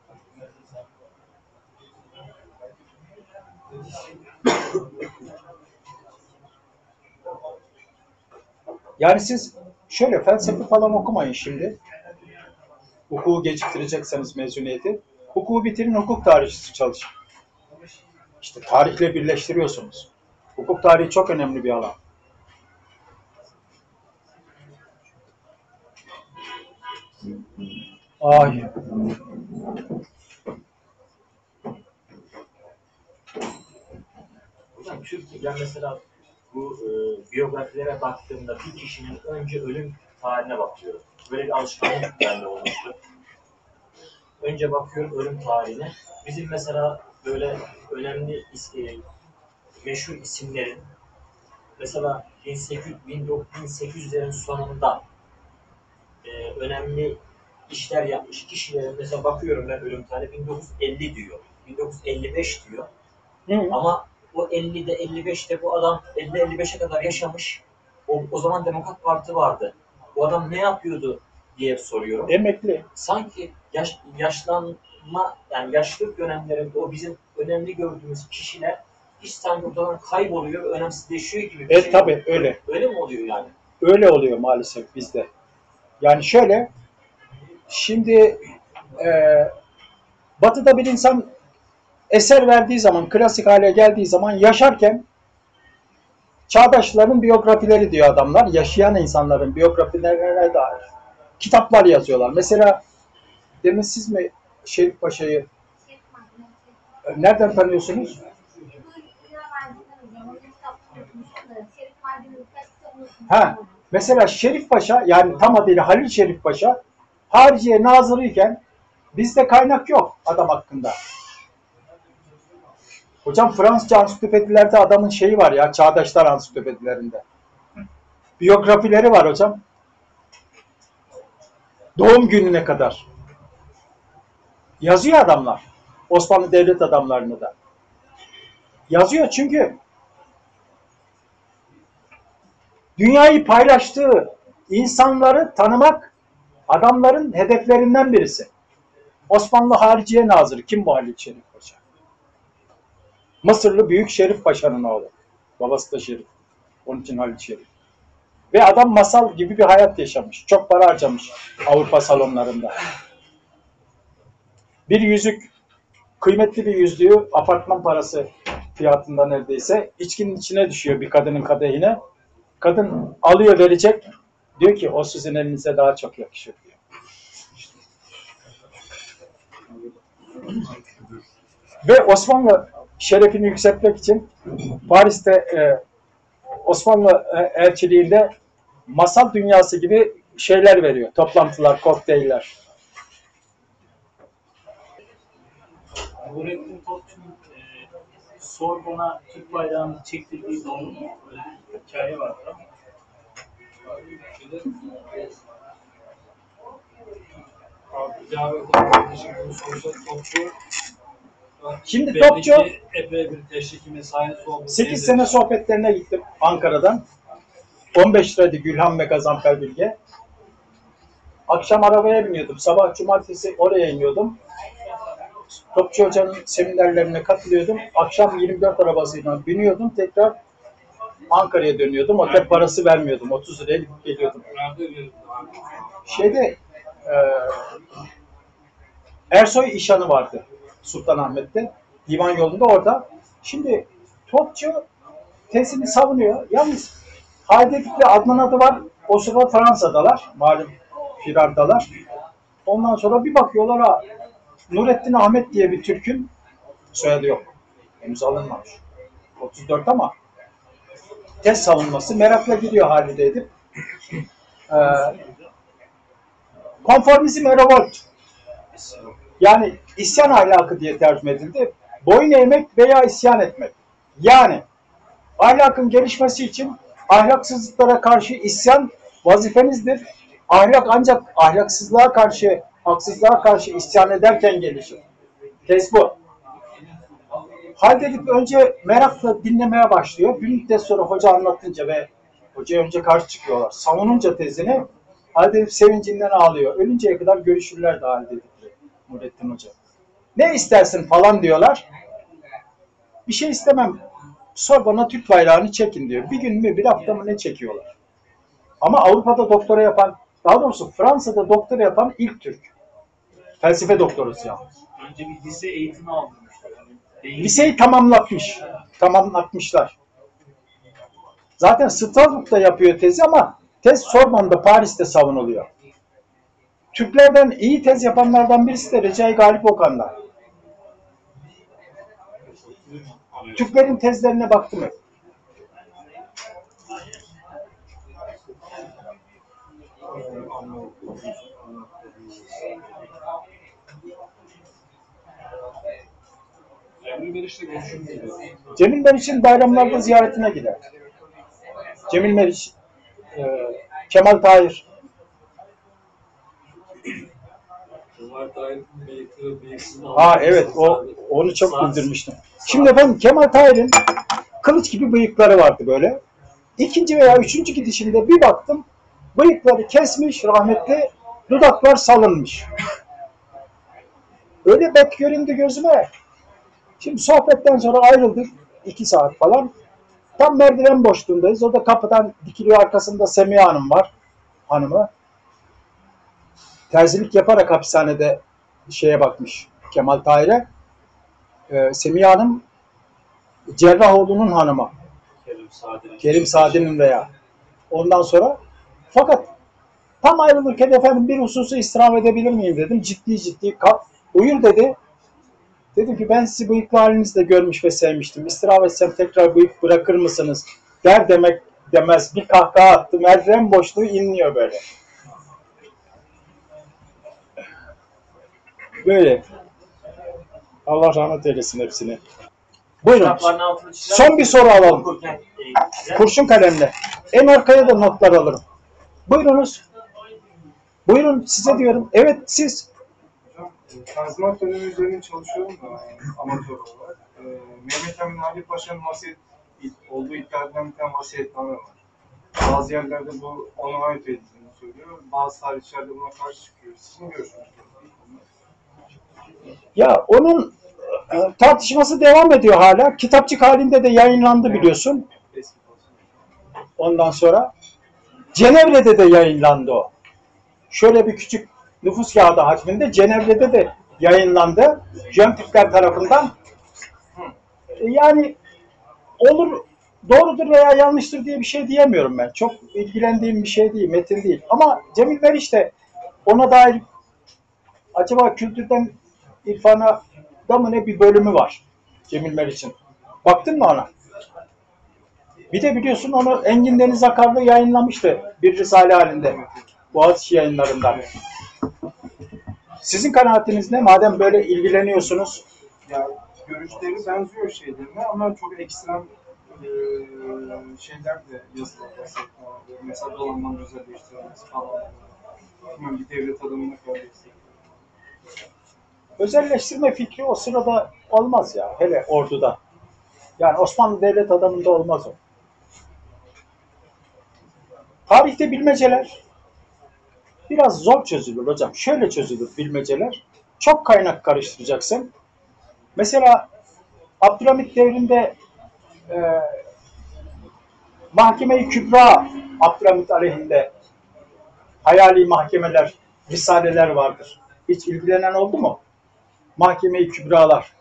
Yani siz şöyle felsefe falan okumayın şimdi. Hukuku geciktirecekseniz mezuniyeti. Hukuku bitirin, hukuk tarihçisi çalışın. İşte tarihle birleştiriyorsunuz. Hukuk tarihi çok önemli bir alan. Ay. Hocam Türkiye'den mesela bu biyografilere baktığımda bir kişinin önce ölüm tarihine bakıyorum. Böyle bir alışkanlık bende olmuştu. Önce bakıyorum ölüm tarihine. Bizim mesela böyle önemli meşhur isimlerin mesela 1800'lerin sonunda önemli işler yapmış kişilerin mesela bakıyorum ben ölüm tarihi 1950 diyor. 1955 diyor. Ama o 50'de 55'te bu adam 50-55'e kadar yaşamış. O zaman Demokrat Parti vardı. Bu adam ne yapıyordu diye soruyorum. Emekli. Sanki yaşlanma yani yaşlılık dönemlerinde o bizim önemli gördüğümüz kişiler hiç sanki ortadan kayboluyor, önemsizleşiyor gibi bir şey. Tabii öyle. Öyle mi oluyor yani? Öyle oluyor maalesef bizde. Yani şöyle, şimdi Batı'da bir insan eser verdiği zaman, klasik hale geldiği zaman yaşarken çağdaşların biyografileri diyor adamlar. Yaşayan insanların biyografilerine dair kitaplar yazıyorlar. Mesela demin siz mi Şerif Paşa'yı nereden tanıyorsunuz? Mesela Şerif Paşa, yani tam adıyla Halil Şerif Paşa, Hariciye Nazırı iken bizde kaynak yok adam hakkında. Hocam Fransızca ansiklopedilerde adamın şeyi var ya, Çağdaşlar ansiklopedilerinde. Biyografileri var hocam. Doğum gününe kadar. Yazıyor adamlar. Osmanlı devlet adamlarını da. Yazıyor çünkü dünyayı paylaştığı insanları tanımak adamların hedeflerinden birisi. Osmanlı Hariciye Nazırı. Kim bu Halil Şerif Paşa? Mısırlı Büyük Şerif Paşa'nın oğlu. Babası da Şerif. Onun için Halil Şerif. Ve adam masal gibi bir hayat yaşamış. Çok para harcamış Avrupa salonlarında. Bir yüzük, kıymetli bir yüzüğü apartman parası fiyatında neredeyse içkinin içine düşüyor bir kadının kadehine. Kadın alıyor verecek. Diyor ki o sizin elinize daha çok yakışır diyor. Ve Osmanlı şerefini yükseltmek için Paris'te Osmanlı elçiliğinde masal dünyası gibi şeyler veriyor. Toplantılar, kokteyller. Nurettin Topçu'nun Sorbon'a Türk bayrağını çektirdiği doğru mu? Öyle bir hikaye vardır ama. Şimdi Topçu epey bir teşviki mesaisi oldu. 8 sene sohbetlerine gittim Ankara'dan. 15 liraydı Gülhan ve Gazanfer Bilge. Akşam arabaya biniyordum. Sabah cumartesi oraya iniyordum. Topçu Hoca'nın seminerlerine katılıyordum. Akşam 24 arabasıyla biniyordum. Tekrar Ankara'ya dönüyordum. Otel parası vermiyordum. 30 liraya gidip geliyordum. Şeyde Ersoy İşhanı vardı Sultanahmet'te. Divan yolunda orada. Şimdi Topçu tezini savunuyor. Yalnız Haydedik'le Adnan adı var. O sırada Fransa'dalar. Malum firardalar. Ondan sonra bir bakıyorlar ha Nurettin Ahmet diye bir Türk'ün soyadı yok. Henüz alınmamış. 34 ama tez savunması merakla gidiyor Halide Edip. Konformizm ve revolt. Yani isyan ahlakı diye tercüme edildi. Boyun eğmek veya isyan etmek. Yani ahlakın gelişmesi için ahlaksızlıklara karşı isyan vazifenizdir. Ahlak ancak ahlaksızlığa karşı, haksızlığa karşı isyan ederken gelişir. Tez bu. Halide Edip önce merakla dinlemeye başlıyor. Bir müddet sonra hoca anlatınca ve hocaya önce karşı çıkıyorlar. Savununca tezini Halide Edip sevincinden ağlıyor. Ölünceye kadar görüşürlerdi Halide Edip'le Nurettin Hoca. Ne istersin falan diyorlar. Bir şey istemem. Sor bana Türk bayrağını çekin diyor. Bir gün mü bir hafta mı ne çekiyorlar. Ama Avrupa'da doktora yapan, daha doğrusu Fransa'da doktora yapan ilk Türk. Felsefe doktorusu yani. Önce bir lise eğitimi aldırmışlar. Yani Liseyi tamamlatmışlar. Zaten Strasbourg'da yapıyor tezi ama tez Sorbonne'da Paris'te savunuluyor. Türklerden iyi tez yapanlardan birisi de Recai Galip Okan'da. Türklerin tezlerine baktım hep. Cemil Meriç'in bayramlarda ziyaretine gider. Cemil Meriç, Kemal Tahir. Evet, onu çok güldürmüştüm. Şimdi efendim Kemal Tahir'in kılıç gibi bıyıkları vardı böyle. İkinci veya üçüncü gidişimde bir baktım, bıyıkları kesmiş rahmetli, dudaklar salınmış. Öyle bet göründü gözüme. Şimdi sohbetten sonra ayrıldık. 2 saat falan. Tam merdiven boşluğundayız. O da kapıdan dikiliyor, arkasında Semiha Hanım var. Hanımı. Terzilik yaparak hapishanede şeye bakmış Kemal Tahir'e. Semiha Hanım Cerrahoğlu'nun hanımı. Kerim Sadi'nin veya. Ondan sonra fakat tam ayrılırken efendim bir hususu istirham edebilir miyim dedim. Ciddi uyur dedi. Dedim ki ben sizi bıyıklı halinizde görmüş ve sevmiştim. İstirham etsem tekrar bıyık bırakır mısınız? Der demek demez bir kahkaha attı. Merdiven boşluğu inliyor böyle. Böyle. Allah rahmet eylesin hepsini. Buyurun. Son bir soru alalım. Kurşun kalemle. En arkaya da notlar alırım. Buyurunuz. Buyurun size diyorum. Evet siz. Tanzimat dönemi üzerine çalışıyorum da amatör olarak. Mehmet Emin Ali Paşa'nın olduğu iddia edilen bir tane vasiyetname var. Bazı yerlerde bu ona ait edildiğini söylüyor. Bazı tarihçiler de buna karşı çıkıyor. Sizin görüşünüz? Ya onun tartışması devam ediyor hala. Kitapçık halinde de yayınlandı biliyorsun. Ondan sonra Cenevre'de de yayınlandı o. Şöyle bir küçük nüfus kağıdı hacminde Cenevre'de de yayınlandı. Jön Türkler tarafından. Yani olur, doğrudur veya yanlıştır diye bir şey diyemiyorum ben. Çok ilgilendiğim bir şey değil, metin değil. Ama Cemil Meriç de ona dair acaba kültürden irfana da mı ne bir bölümü var Cemil Meriç'in. Baktın mı ona? Bir de biliyorsun onu Engin Deniz Akarlı yayınlamıştı bir risale halinde. Boğaziçi yayınlarından. Sizin kanaatiniz ne? Madem böyle ilgileniyorsunuz. Ya görüşleri benziyor şeylerine ama çok ekstrem şeyler de yazılar bahsetme. Mesela dolanmanın özelleştirilmesi falan. Bilmiyorum, bir devlet adamına kadar Özelleştirme fikri o sırada olmaz ya. Hele orduda. Yani Osmanlı devlet adamında olmaz o. Tarihte bilmeceler biraz zor çözülür hocam. Şöyle çözülür bilmeceler. Çok kaynak karıştıracaksın. Mesela Abdülhamit devrinde e, Mahkeme-i Kübra Abdülhamit aleyhinde hayali mahkemeler, risaleler vardır. Hiç ilgilenen oldu mu? Mahkeme-i Kübralar.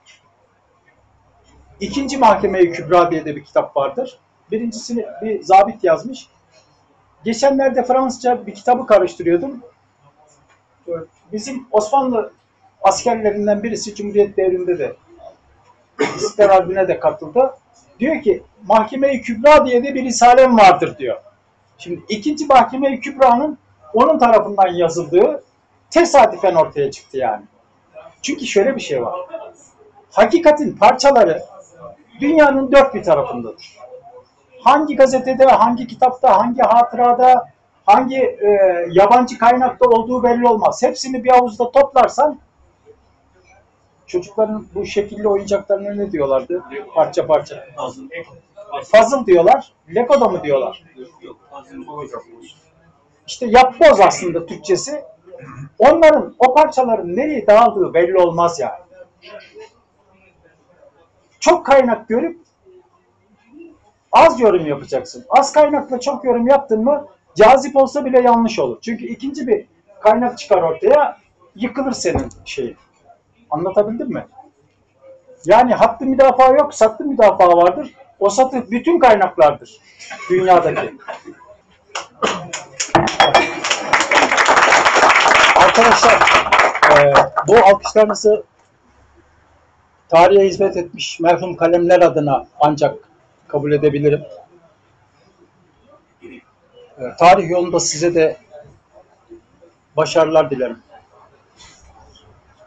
İkinci Mahkeme-i Kübra diye de bir kitap vardır. Birincisini bir zabit yazmış. Geçenlerde Fransızca bir kitabı karıştırıyordum. Bizim Osmanlı askerlerinden birisi Cumhuriyet devrinde de İstiklal Harbi'ne de katıldı. Diyor ki Mahkeme-i Kübra diye de bir risalem vardır diyor. Şimdi ikinci Mahkeme-i Kübra'nın onun tarafından yazıldığı tesadüfen ortaya çıktı yani. Çünkü şöyle bir şey var. Hakikatin parçaları dünyanın dört bir tarafındadır. Hangi gazetede, hangi kitapta, hangi hatırada, hangi yabancı kaynakta olduğu belli olmaz. Hepsini bir havuzda toplarsan çocukların bu şekilli oyuncaklarına ne diyorlardı? Parça parça. Puzzle diyorlar. Lego da mı diyorlar? İşte yapboz aslında Türkçesi. Onların, o parçaların nereye dağıldığı belli olmaz yani. Çok kaynak görüp az yorum yapacaksın. Az kaynakla çok yorum yaptın mı cazip olsa bile yanlış olur. Çünkü ikinci bir kaynak çıkar ortaya, yıkılır senin şeyin. Anlatabildim mi? Yani hattı müdafaa yok, satlı müdafaa vardır. O satı bütün kaynaklardır dünyadaki. Arkadaşlar, bu alkışlarınızı tarihe hizmet etmiş merhum kalemler adına ancak kabul edebilirim. Tarih yolunda size de başarılar dilerim.